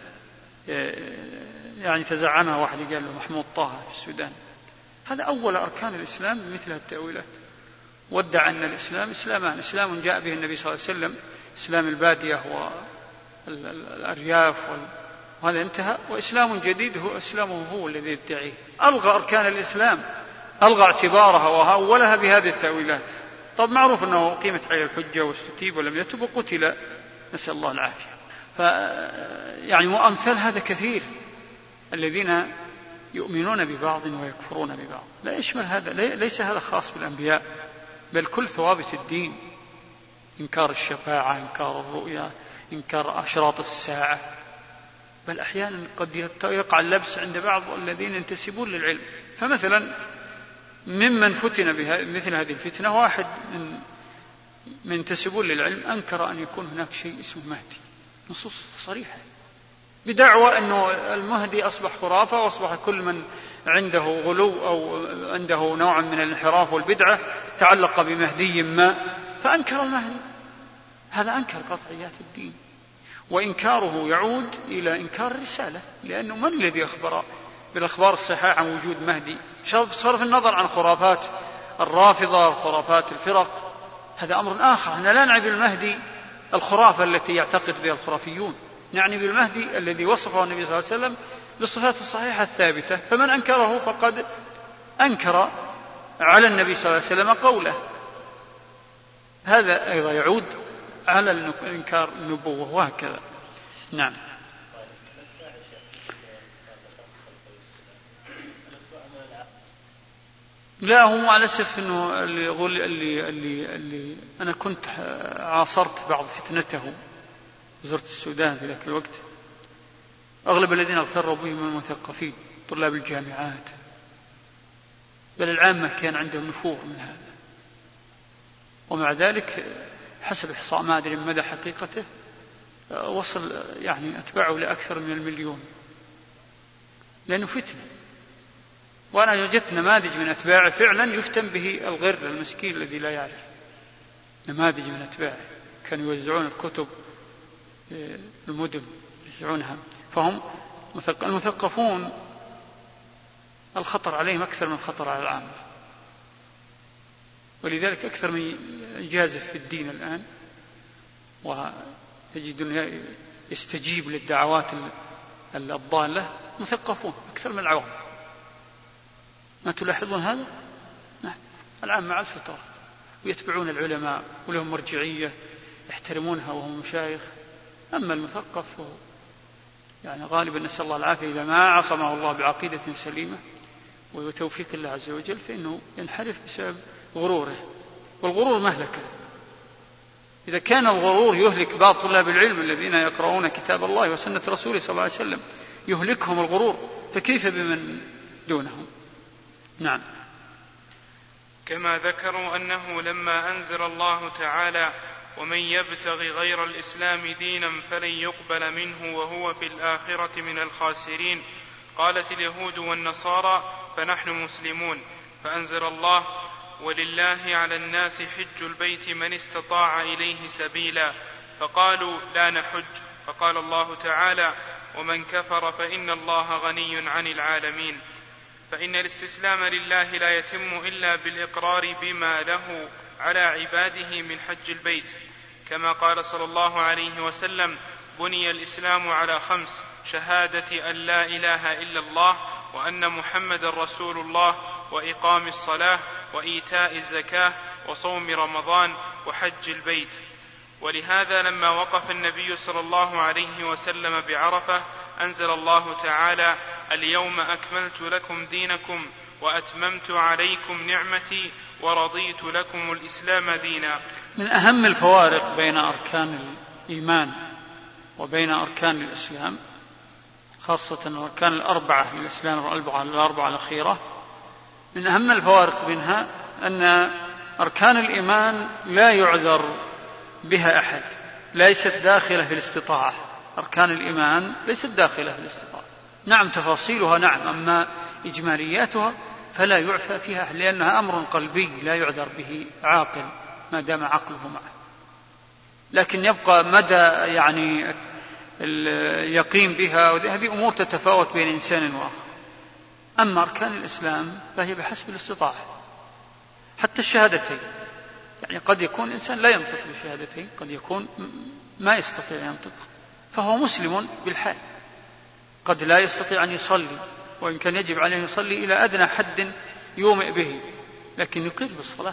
يعني تزعمها واحد قال له محمود طه في السودان، هذا أول أركان الإسلام بمثل التأويلات، وادعى أن الإسلام إسلامان، إسلام جاء به النبي صلى الله عليه وسلم، إسلام البادية والأرياف وهذا انتهى، وإسلام جديد هو إسلامه هو الذي يدعيه. ألغى أركان الإسلام، ألغى اعتبارها وهولها بهذه التأويلات. طب معروف أنه قيمت عليه الحجة واستتيب ولم يتب وقتل، نسأل الله العافية. يعني وأمثال هذا كثير الذين يؤمنون ببعض ويكفرون ببعض، لا يشمل هذا، ليس هذا خاص بالأنبياء، بل كل ثوابت الدين، إنكار الشفاعة، إنكار الرؤيا، إنكار أشراط الساعة، بل أحيانا قد يقع اللبس عند بعض الذين ينتسبون للعلم. فمثلا ممن فتن مثل هذه الفتنة واحد من ينتسبون للعلم أنكر أن يكون هناك شيء اسمه مهدي، نصوص صريحة، بدعوى أنه المهدي أصبح خرافة، وأصبح كل من عنده غلو أو عنده نوع من الانحراف والبدعة تعلق بمهدي ما فأنكر المهدي. هذا أنكر قطعيات الدين، وإنكاره يعود إلى إنكار الرسالة، لأنه من الذي أخبر بالأخبار الصحيحة عن وجود مهدي؟ صرف النظر عن خرافات الرافضة وخرافات الفرق، هذا أمر آخر. احنا لا نعني بالمهدي الخرافة التي يعتقد بها الخرافيون، نعني بالمهدي الذي وصفه النبي صلى الله عليه وسلم بالصفات الصحيحة الثابتة، فمن أنكره فقد أنكر على النبي صلى الله عليه وسلم قوله. هذا أيضا يعود على إنكار النبوة وهكذا. نعم. لا، هو على أسف أنه اللي أنا كنت عاصرت بعض فتنته، زرت السودان في ذاك الوقت، أغلب الذين اغتروا بهم من المثقفين طلاب الجامعات، بل العامة كان عندهم نفور من هذا، ومع ذلك حسب إحصاء ما أدري مدى حقيقته وصل يعني أتباعه لأكثر من 1,000,000، لأنه فتنة وأنا وجدت نماذج من أتباعه فعلا يفتن به الغر المسكين الذي لا يعرف. نماذج من أتباعه كانوا يوزعون الكتب المدن يوزعونها. فهم المثقفون الخطر عليهم أكثر من الخطر على العامة، ولذلك أكثر من يجازف في الدين الآن وتجد يستجيب للدعوات الضالة مثقفون أكثر من العوام. ما تلاحظون هذا؟ نعم. العامة على الفطرة ويتبعون العلماء ولهم مرجعية يحترمونها وهم مشايخ. أما المثقف يعني غالبا نسأل الله العافية إذا ما عصمه الله بعقيدة سليمة وتوفيق الله عز وجل فإنه ينحرف بسبب غروره، والغرور مهلكة. إذا كان الغرور يهلك بعض طلاب العلم الذين يقرؤون كتاب الله وسنة رسوله صلى الله عليه وسلم يهلكهم الغرور، فكيف بمن دونهم؟ نعم. كما ذكروا أنه لما أنزل الله تعالى ومن يبتغي غير الإسلام دينا فلن يقبل منه وهو في الآخرة من الخاسرين قالت اليهود والنصارى فنحن مسلمون، فأنزل الله ولله على الناس حج البيت من استطاع إليه سبيلا، فقالوا لا نحج، فقال الله تعالى ومن كفر فإن الله غني عن العالمين. فإن الاستسلام لله لا يتم إلا بالإقرار بما له على عباده من حج البيت، كما قال صلى الله عليه وسلم بني الإسلام على 5: شهادة أن لا إله إلا الله وأن محمد رسول الله وإقام الصلاة وإيتاء الزكاة وصوم رمضان وحج البيت. ولهذا لما وقف النبي صلى الله عليه وسلم بعرفة أنزل الله تعالى اليوم أكملت لكم دينكم وأتممت عليكم نعمتي ورضيت لكم الإسلام دينا. من أهم الفوارق بين أركان الإيمان وبين أركان الإسلام، خاصة الأركان الأربعة للإسلام الأربعة الأخيرة، من أهم الفوارق منها أن أركان الإيمان لا يعذر بها أحد، ليست داخلة في الاستطاعة. أركان الإيمان ليست داخلة في الاستطاعة، نعم تفاصيلها نعم، أما إجمالياتها فلا يعفى فيها، لأنها أمر قلبي لا يعذر به عاقل ما دام عقله معه. لكن يبقى مدى يعني اليقين بها، وهذه أمور تتفاوت بين إنسان وآخر. أما أركان الإسلام فهي بحسب الاستطاعة، حتى الشهادتين، يعني قد يكون الإنسان لا ينطق بالشهادتين، قد يكون ما يستطيع ينطق فهو مسلم بالحال، قد لا يستطيع أن يصلي وإن كان يجب عليه يصلي إلى أدنى حد يومئ به، لكن يقر بالصلاة.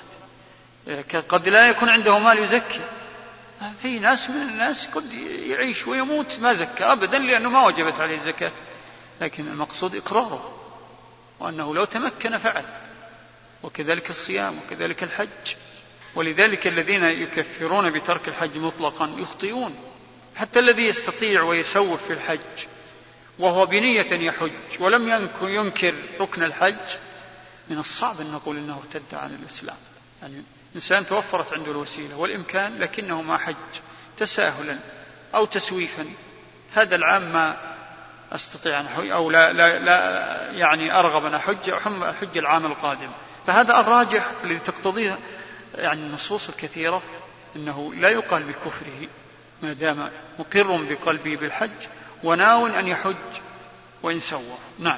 قد لا يكون عنده مال يزكي، في ناس من الناس قد يعيش ويموت ما زكى أبدا لأنه ما وجبت عليه الزكاة، لكن المقصود إقراره وأنه لو تمكن فعل. وكذلك الصيام وكذلك الحج. ولذلك الذين يكفرون بترك الحج مطلقا يخطئون، حتى الذي يستطيع ويسوف في الحج وهو بنية يحج ولم ينكر ركن الحج، من الصعب أن نقول إنه ارتد عن الإسلام. يعني إنسان توفرت عنده الوسيلة والإمكان لكنه ما حج تساهلا أو تسويفا، هذا العام ما أستطيع أن أحج أو لا يعني أرغب أن أحج العام القادم. فهذا الراجح الذي تقتضيه يعني النصوص الكثيرة أنه لا يقال بكفره ما دام مقر بقلبه بالحج وناو أن يحج وإن سوى. نعم.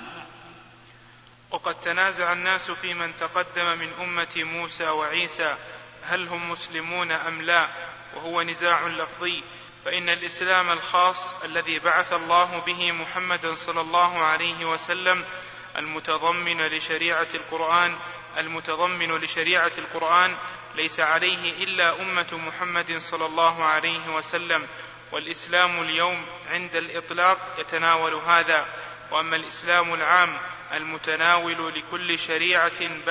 وقد تنازع الناس في من تقدم من أمة موسى وعيسى هل هم مسلمون أم لا، وهو نزاع لفظي، فإن الإسلام الخاص الذي بعث الله به محمدا صلى الله عليه وسلم المتضمن لشريعة القرآن ليس عليه إلا أمة محمد صلى الله عليه وسلم، والإسلام اليوم عند الإطلاق يتناول هذا. وأما الإسلام العام المتناول لكل شريعة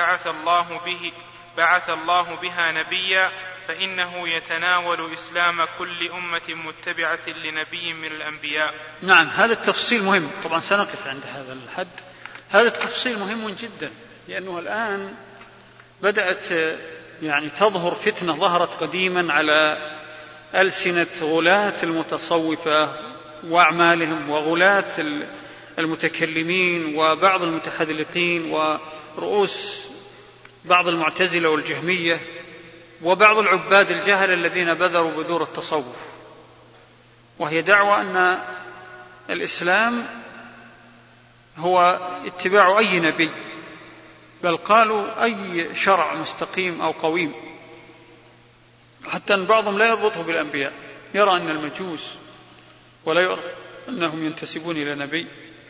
بعث الله بها نبيا فإنه يتناول إسلام كل أمة متبعة لنبي من الأنبياء. نعم، هذا التفصيل مهم، طبعا سنقف عند هذا الحد. هذا التفصيل مهم جدا، لأنه الآن بدأت يعني تظهر فتنة ظهرت قديما على ألسنة غلاة المتصوفة وأعمالهم وغلاة المتكلمين وبعض المتحذلقين ورؤوس بعض المعتزلة والجهمية وبعض العباد الجهل الذين بذروا بذور التصوف، وهي دعوة أن الإسلام هو اتباع أي نبي، بل قالوا أي شرع مستقيم أو قويم، حتى أن بعضهم لا يربطه بالأنبياء، يرى أن المجوس ولا يرى أنهم ينتسبون إلى نبي،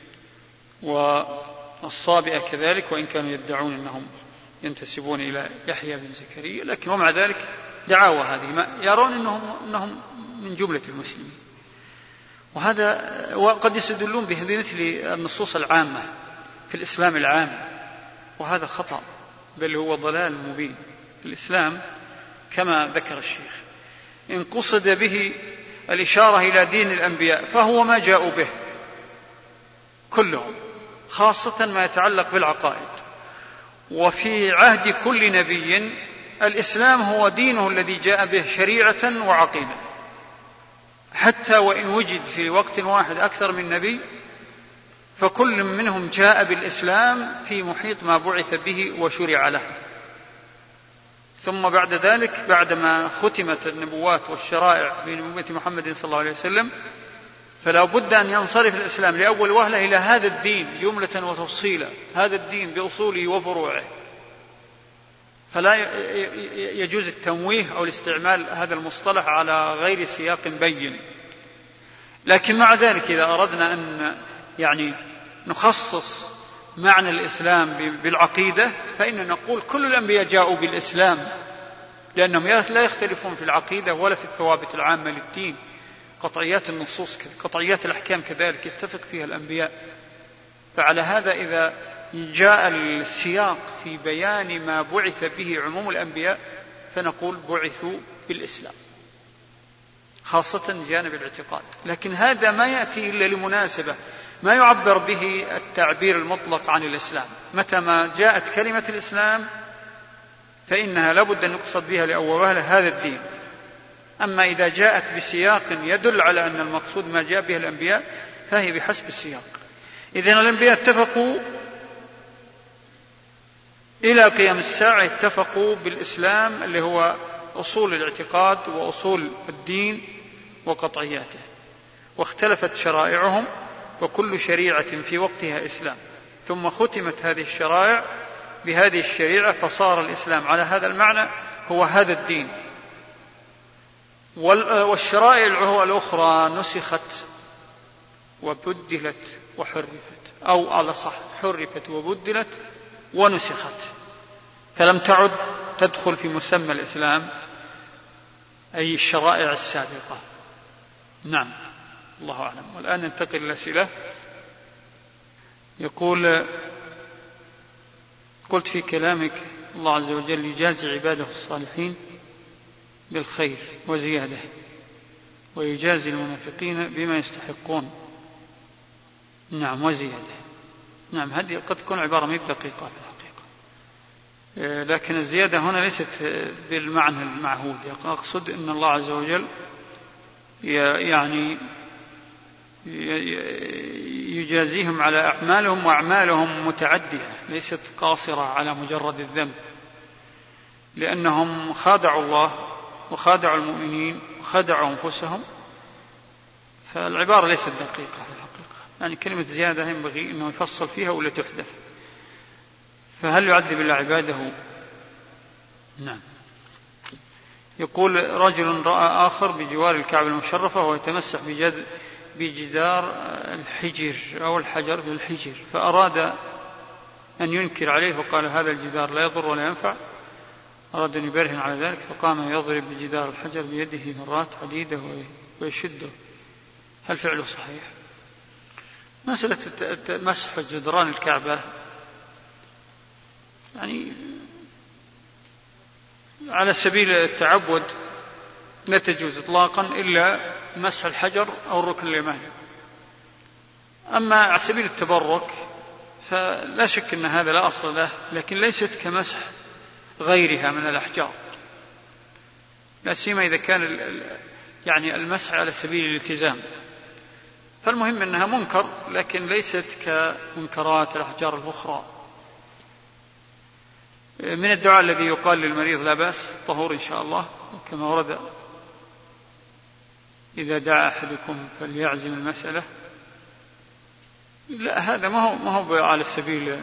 والصابئة كذلك وإن كانوا يدعون أنهم ينتسبون إلى يحيى بن زكريا، لكن ومع ذلك دعاوى هذه يرون أنهم من جملة المسلمين. وقد يستدلون بمثل النصوص العامة في الإسلام العام، وهذا خطأ بل هو ضلال مبين. الإسلام كما ذكر الشيخ إن قصد به الإشارة إلى دين الأنبياء فهو ما جاءوا به كلهم، خاصة ما يتعلق بالعقائد. وفي عهد كل نبي الإسلام هو دينه الذي جاء به شريعة وعقيدة، حتى وإن وجد في وقت واحد أكثر من نبي فكل منهم جاء بالإسلام في محيط ما بعث به وشرع له. ثم بعد ذلك بعدما ختمت النبوات والشرائع بنبوة محمد صلى الله عليه وسلم فلا بد أن ينصرف الإسلام لأول وهلة إلى هذا الدين جملة وتفصيلا، هذا الدين بأصوله وفروعه، فلا يجوز التمويه أو الاستعمال هذا المصطلح على غير سياق بين. لكن مع ذلك إذا أردنا أن نخصص معنى الإسلام بالعقيدة فإن نقول كل الأنبياء جاءوا بالإسلام، لأنهم لا يختلفون في العقيدة ولا في الثوابت العامة للدين. قطعيات النصوص قطعيات الأحكام كذلك يتفق فيها الأنبياء. فعلى هذا إذا جاء السياق في بيان ما بعث به عموم الأنبياء فنقول بعثوا بالإسلام، خاصة جانب الاعتقاد. لكن هذا ما يأتي إلا لمناسبة، ما يعبر به التعبير المطلق عن الإسلام. متى ما جاءت كلمة الإسلام فإنها لابد أن يقصد بها لأول وهلة هذا الدين. أما إذا جاءت بسياق يدل على أن المقصود ما جاء به الأنبياء فهي بحسب السياق. إذن الأنبياء اتفقوا إلى قيام الساعة، اتفقوا بالإسلام اللي هو أصول الاعتقاد وأصول الدين وقطعياته، واختلفت شرائعهم وكل شريعة في وقتها إسلام، ثم ختمت هذه الشرائع بهذه الشريعة فصار الإسلام على هذا المعنى هو هذا الدين. والشرائع الأخرى نسخت وبدلت وحرفت، أو على صح حرفت وبدلت ونسخت، فلم تعد تدخل في مسمى الإسلام أي الشرائع السابقة. نعم، الله أعلم. والآن ننتقل إلى الأسئلة. يقول: قلت في كلامك الله عز وجل يجازي عباده الصالحين بالخير وزيادة، ويجازي المنافقين بما يستحقون. نعم، وزيادة. نعم، هذه قد تكون عبارة مئة دقيقة في الحقيقة، لكن الزيادة هنا ليست بالمعنى المعهود. أقصد أن الله عز وجل يجازيهم على أعمالهم، وأعمالهم متعدية ليست قاصرة على مجرد الذنب، لأنهم خادعوا الله وخادعوا المؤمنين وخادعوا أنفسهم. فالعبارة ليست دقيقة في الحقيقة، كلمة زيادة ينبغي أنه يفصل فيها ولا تحدث. فهل يعذب الله عباده؟ نعم. يقول: رجل رأى آخر بجوار الكعبة المشرفة وهو يتمسح بجدار الحجر أو الحجر بالحجر، فأراد أن ينكر عليه وقال: هذا الجدار لا يضر ولا ينفع. أراد أن يبرهن على ذلك فقام يضرب بجدار الحجر بيده مرات عديدة ويشده. هل فعله صحيح؟ مسألة مسح جدران الكعبة على سبيل التعبد لا تجوز إطلاقا إلا مسح الحجر أو الركن اليماني. أما على سبيل التبرك فلا شك أن هذا لا أصل له، لكن ليست كمسح غيرها من الأحجار، لا سيما إذا كان المسح على سبيل الالتزام، فالمهم أنها منكر لكن ليست كمنكرات الأحجار الأخرى. من الدعاء الذي يقال للمريض لا بأس طهور إن شاء الله، كما ورد إذا دعا أحدكم فليعزم المسألة. لا، هذا ما هو على سبيل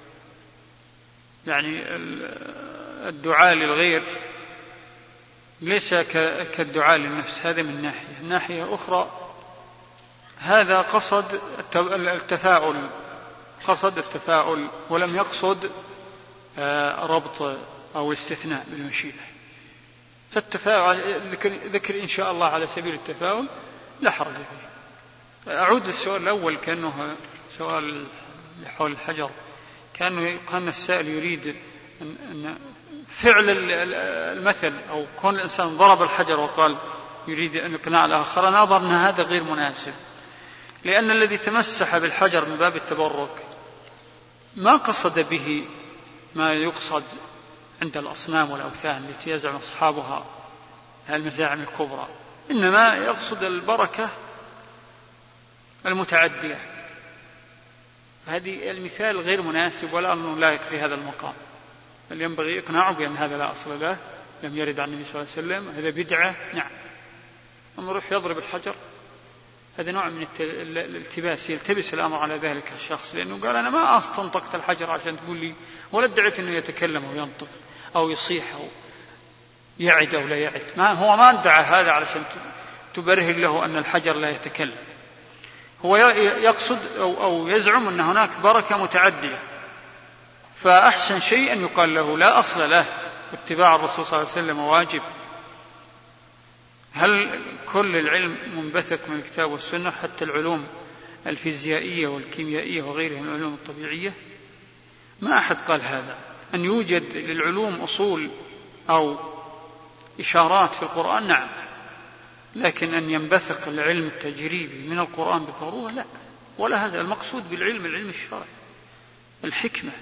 يعني الدعاء للغير، ليس كالدعاء للنفس. هذا من ناحية أخرى هذا قصد التفاؤل ولم يقصد ربط أو استثناء بالمشيئة. فالتفاؤل ذكر إن شاء الله على سبيل التفاؤل لا حرج فيه. أعود للسؤال الأول كأنه سؤال حول الحجر، كان السائل يريد أن فعل المثل أو كون الإنسان ضرب الحجر وقال يريد أن يقنع الآخر. أنا أظن أن هذا غير مناسب، لأن الذي تمسح بالحجر من باب التبرك ما قصد به ما يقصد عند الأصنام والأوثان التي يزعم أصحابها المزاعم الكبرى، إنما يقصد البركة المتعدية. هذه المثال غير مناسب ولا أنه لا يكفي هذا المقام، بل ينبغي إقناعه بأن هذا لا أصل له، لم يرد عن النبي صلى الله عليه وسلم، هذا بدعة. نعم، أما يروح يضرب الحجر هذا نوع من الالتباس، يلتبس الأمر على ذلك الشخص، لأنه قال أنا ما استنطقت الحجر عشان تقول لي، ولا ادعيت أنه يتكلم أو ينطق أو يصيح أو يعد أو لا يعد. هو ما ادعى هذا علشان تبرهن له أن الحجر لا يتكلم. هو يقصد أو يزعم أن هناك بركة متعدية، فأحسن شيء أن يقال له لا أصل له، واتباع الرسول صلى الله عليه وسلم واجب. هل كل العلم منبثق من الكتاب والسنة، حتى العلوم الفيزيائية والكيميائية وغيرها من العلوم الطبيعية؟ ما أحد قال هذا. أن يوجد للعلوم أصول أو إشارات في القرآن نعم، لكن أن ينبثق العلم التجريبي من القرآن بالضرورة لا، ولا هذا المقصود بالعلم، العلم الشرعي الحكمة،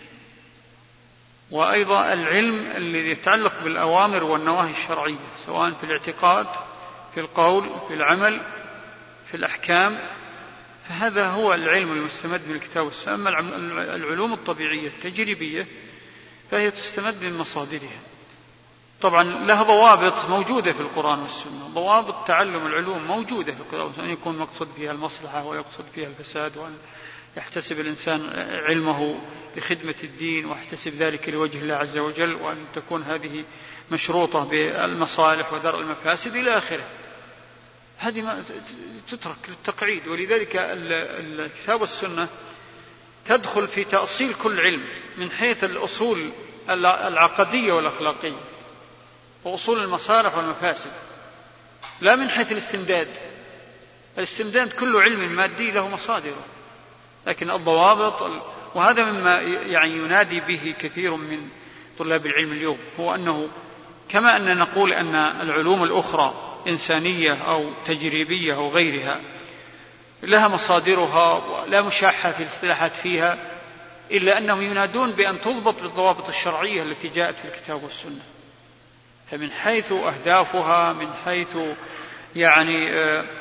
وأيضا العلم الذي يتعلق بالأوامر والنواهي الشرعية، سواء في الاعتقاد، في القول، في العمل، في الأحكام، فهذا هو العلم المستمد من الكتاب والسنة. أما العلوم الطبيعية التجريبية فهي تستمد من مصادرها، طبعا لها ضوابط موجودة في القرآن والسنة، ضوابط تعلم العلوم موجودة في القرآن والسنة، أن يكون مقصود فيها المصلحة ويقصد فيها الفساد، وأن يحتسب الإنسان علمه لخدمة الدين ويحتسب ذلك لوجه الله عز وجل، وأن تكون هذه مشروطة بالمصالح ودرء المفاسد إلى آخره. هذه ما تترك للتقعيد، ولذلك الكتاب والسنة تدخل في تأصيل كل علم من حيث الأصول العقدية والأخلاقية وأصول المصالح والمفاسد، لا من حيث الاستمداد. الاستمداد كل علم مادي له مصادره، لكن الضوابط، وهذا مما يعني ينادي به كثير من طلاب العلم اليوم، هو أنه كما أن نقول أن العلوم الأخرى إنسانية أو تجريبية أو غيرها لها مصادرها ولا مشاحة في الاصطلاحات فيها، إلا أنهم ينادون بأن تضبط بالضوابط الشرعية التي جاءت في الكتاب والسنة. فمن حيث أهدافها، من حيث يعني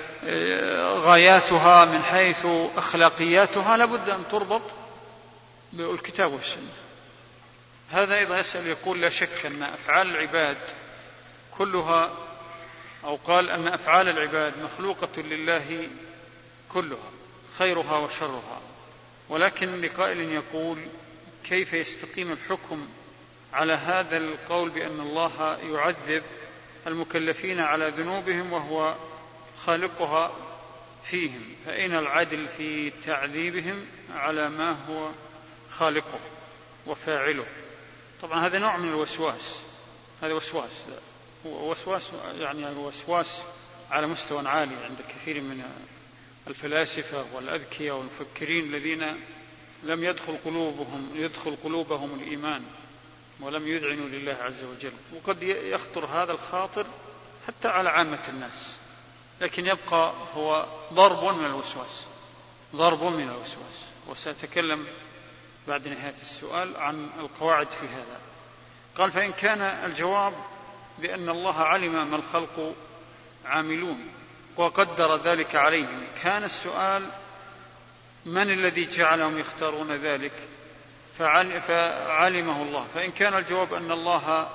غاياتها، من حيث أخلاقياتها، لابد أن تربط بالكتاب والسنة. هذا أيضا يسأل يقول لا شك أن أفعال العباد كلها، أو قال أن أفعال العباد مخلوقة لله كلها خيرها وشرها، ولكن لقائل يقول كيف يستقيم الحكم على هذا القول بأن الله يعذب المكلفين على ذنوبهم وهو خالقها فيهم، فأين العدل في تعذيبهم على ما هو خالقه وفاعله؟ طبعا هذا نوع من الوسواس، هذا وسواس، هو وسواس يعني وسواس على مستوى عالي عند كثير من الفلاسفة والأذكياء والمفكرين الذين لم يدخل قلوبهم الإيمان ولم يذعنوا لله عز وجل. وقد يخطر هذا الخاطر حتى على عامة الناس، لكن يبقى هو ضرب من الوسواس. وسأتكلم بعد نهاية السؤال عن القواعد في هذا. قال فإن كان الجواب بأن الله علم ما الخلق عاملون، وقدر ذلك عليهم. كان السؤال من الذي جعلهم يختارون ذلك؟ فعلمه الله. فإن كان الجواب أن الله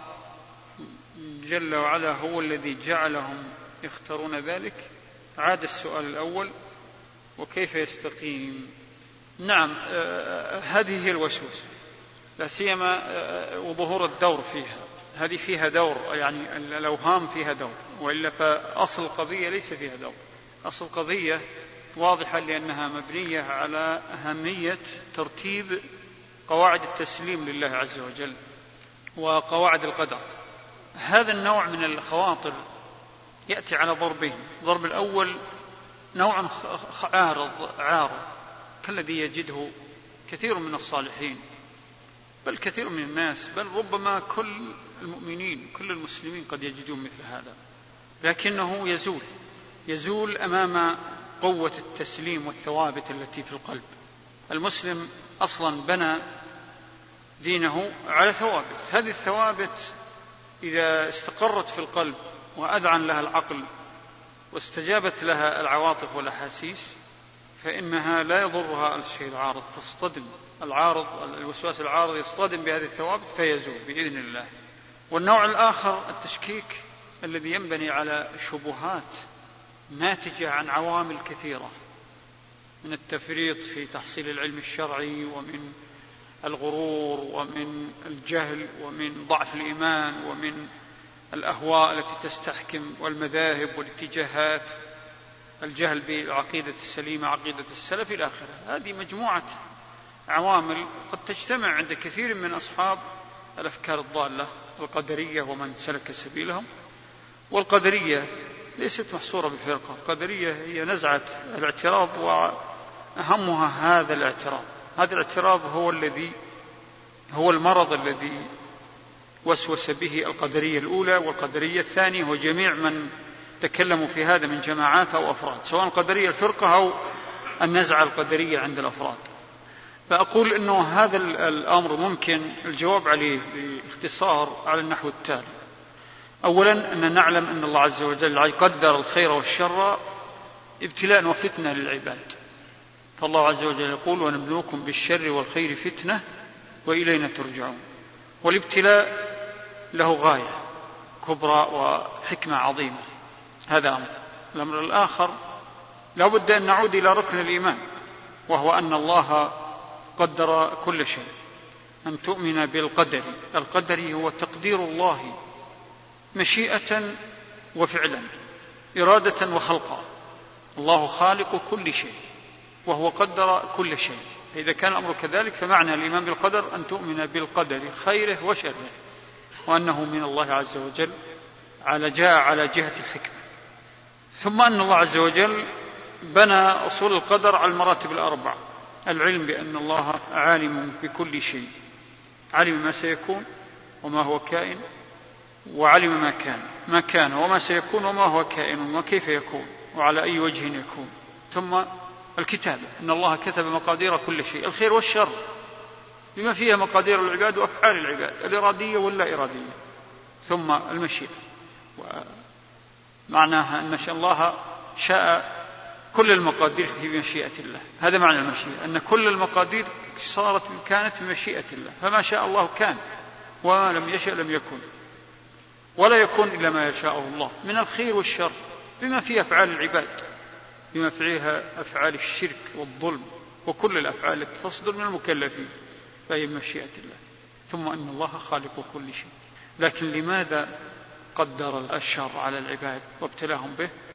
جل وعلا هو الذي جعلهم يختارون ذلك، عاد السؤال الأول: وكيف يستقيم؟ نعم، هذه هي الوسوسة، لا سيما وظهور الدور فيها. هذه فيها دور، يعني الأوهام فيها دور، وإلا فأصل القضية ليس فيها دور. أصل القضية واضحة، لأنها مبنية على أهمية ترتيب قواعد التسليم لله عز وجل وقواعد القدر. هذا النوع من الخواطر يأتي على ضربين: الضرب الأول نوع عارض كالذي يجده كثير من الصالحين، بل كثير من الناس، بل ربما كل المؤمنين كل المسلمين قد يجدون مثل هذا، لكنه يزول أمام قوة التسليم والثوابت التي في القلب. المسلم أصلا بنى دينه على ثوابت. هذه الثوابت إذا استقرت في القلب وأذعن لها العقل واستجابت لها العواطف والأحاسيس، فإنها لا يضرها الشيء العارض، تصطدم الوسواس العارض يصطدم بهذه الثوابت فيزول بإذن الله. والنوع الآخر التشكيك الذي ينبني على شبهات ناتجة عن عوامل كثيرة، من التفريط في تحصيل العلم الشرعي، ومن الغرور، ومن الجهل، ومن ضعف الإيمان، ومن الأهواء التي تستحكم، والمذاهب والاتجاهات، الجهل بالعقيدة السليمة عقيدة السلف إلى آخره. هذه مجموعة عوامل قد تجتمع عند كثير من أصحاب الأفكار الضالة القدرية ومن سلك سبيلهم. والقدرية ليست محصورة بالفرقة، القدرية هي نزعة الاعتراض، وأهمها هذا الاعتراض. هذا الاعتراض هو المرض الذي وسوس به القدرية الأولى والقدرية الثانية وجميع من تكلموا في هذا من جماعات أو أفراد، سواء القدرية الفرقة أو النزعة القدرية عند الأفراد. فأقول أنه هذا الأمر ممكن الجواب عليه باختصار على النحو التالي: أولا، أن نعلم أن الله عز وجل قدر الخير والشر ابتلاء وفتنة للعباد. فالله عز وجل يقول: ونبلوكم بالشر والخير فتنة وإلينا ترجعون. والابتلاء له غاية كبرى وحكمة عظيمة. هذا أمر. الأمر الآخر، لا بد أن نعود إلى ركن الإيمان، وهو أن الله قدر كل شيء، أن تؤمن بالقدر. القدر هو تقدير الله مشيئة وفعلا، إرادة وخلقا. الله خالق كل شيء وهو قدر كل شيء. إذا كان الأمر كذلك فمعنى الإيمان بالقدر أن تؤمن بالقدر خيره وشره، وأنه من الله عز وجل جاء على جهة الحكمة. ثم أن الله عز وجل بنى أصول القدر على المراتب الأربع: العلم بأن الله عالم بكل شيء، علم ما سيكون وما هو كائن، وعلم ما كان وما سيكون وما هو كائن وكيف يكون وعلى أي وجه يكون. ثم الكتابة، أن الله كتب مقادير كل شيء، الخير والشر، بما فيها مقادير العباد وأفعال العباد الإرادية واللا إرادية. ثم المشيئة، ومعناها أن الله شاء كل المقادير في مشيئة الله. هذا معنى المشيئة، أن كل المقادير كانت بمشيئة الله، فما شاء الله كان، وما لم يشأ لم يكن، ولا يكون إلا ما يشاء الله من الخير والشر، بما فيه أفعال العباد، بما فيها أفعال الشرك والظلم وكل الأفعال التي تصدر من المكلفين، فهي مشيئة الله. ثم أن الله خالق كل شيء. لكن لماذا قدر الشر على العباد وابتلاهم به؟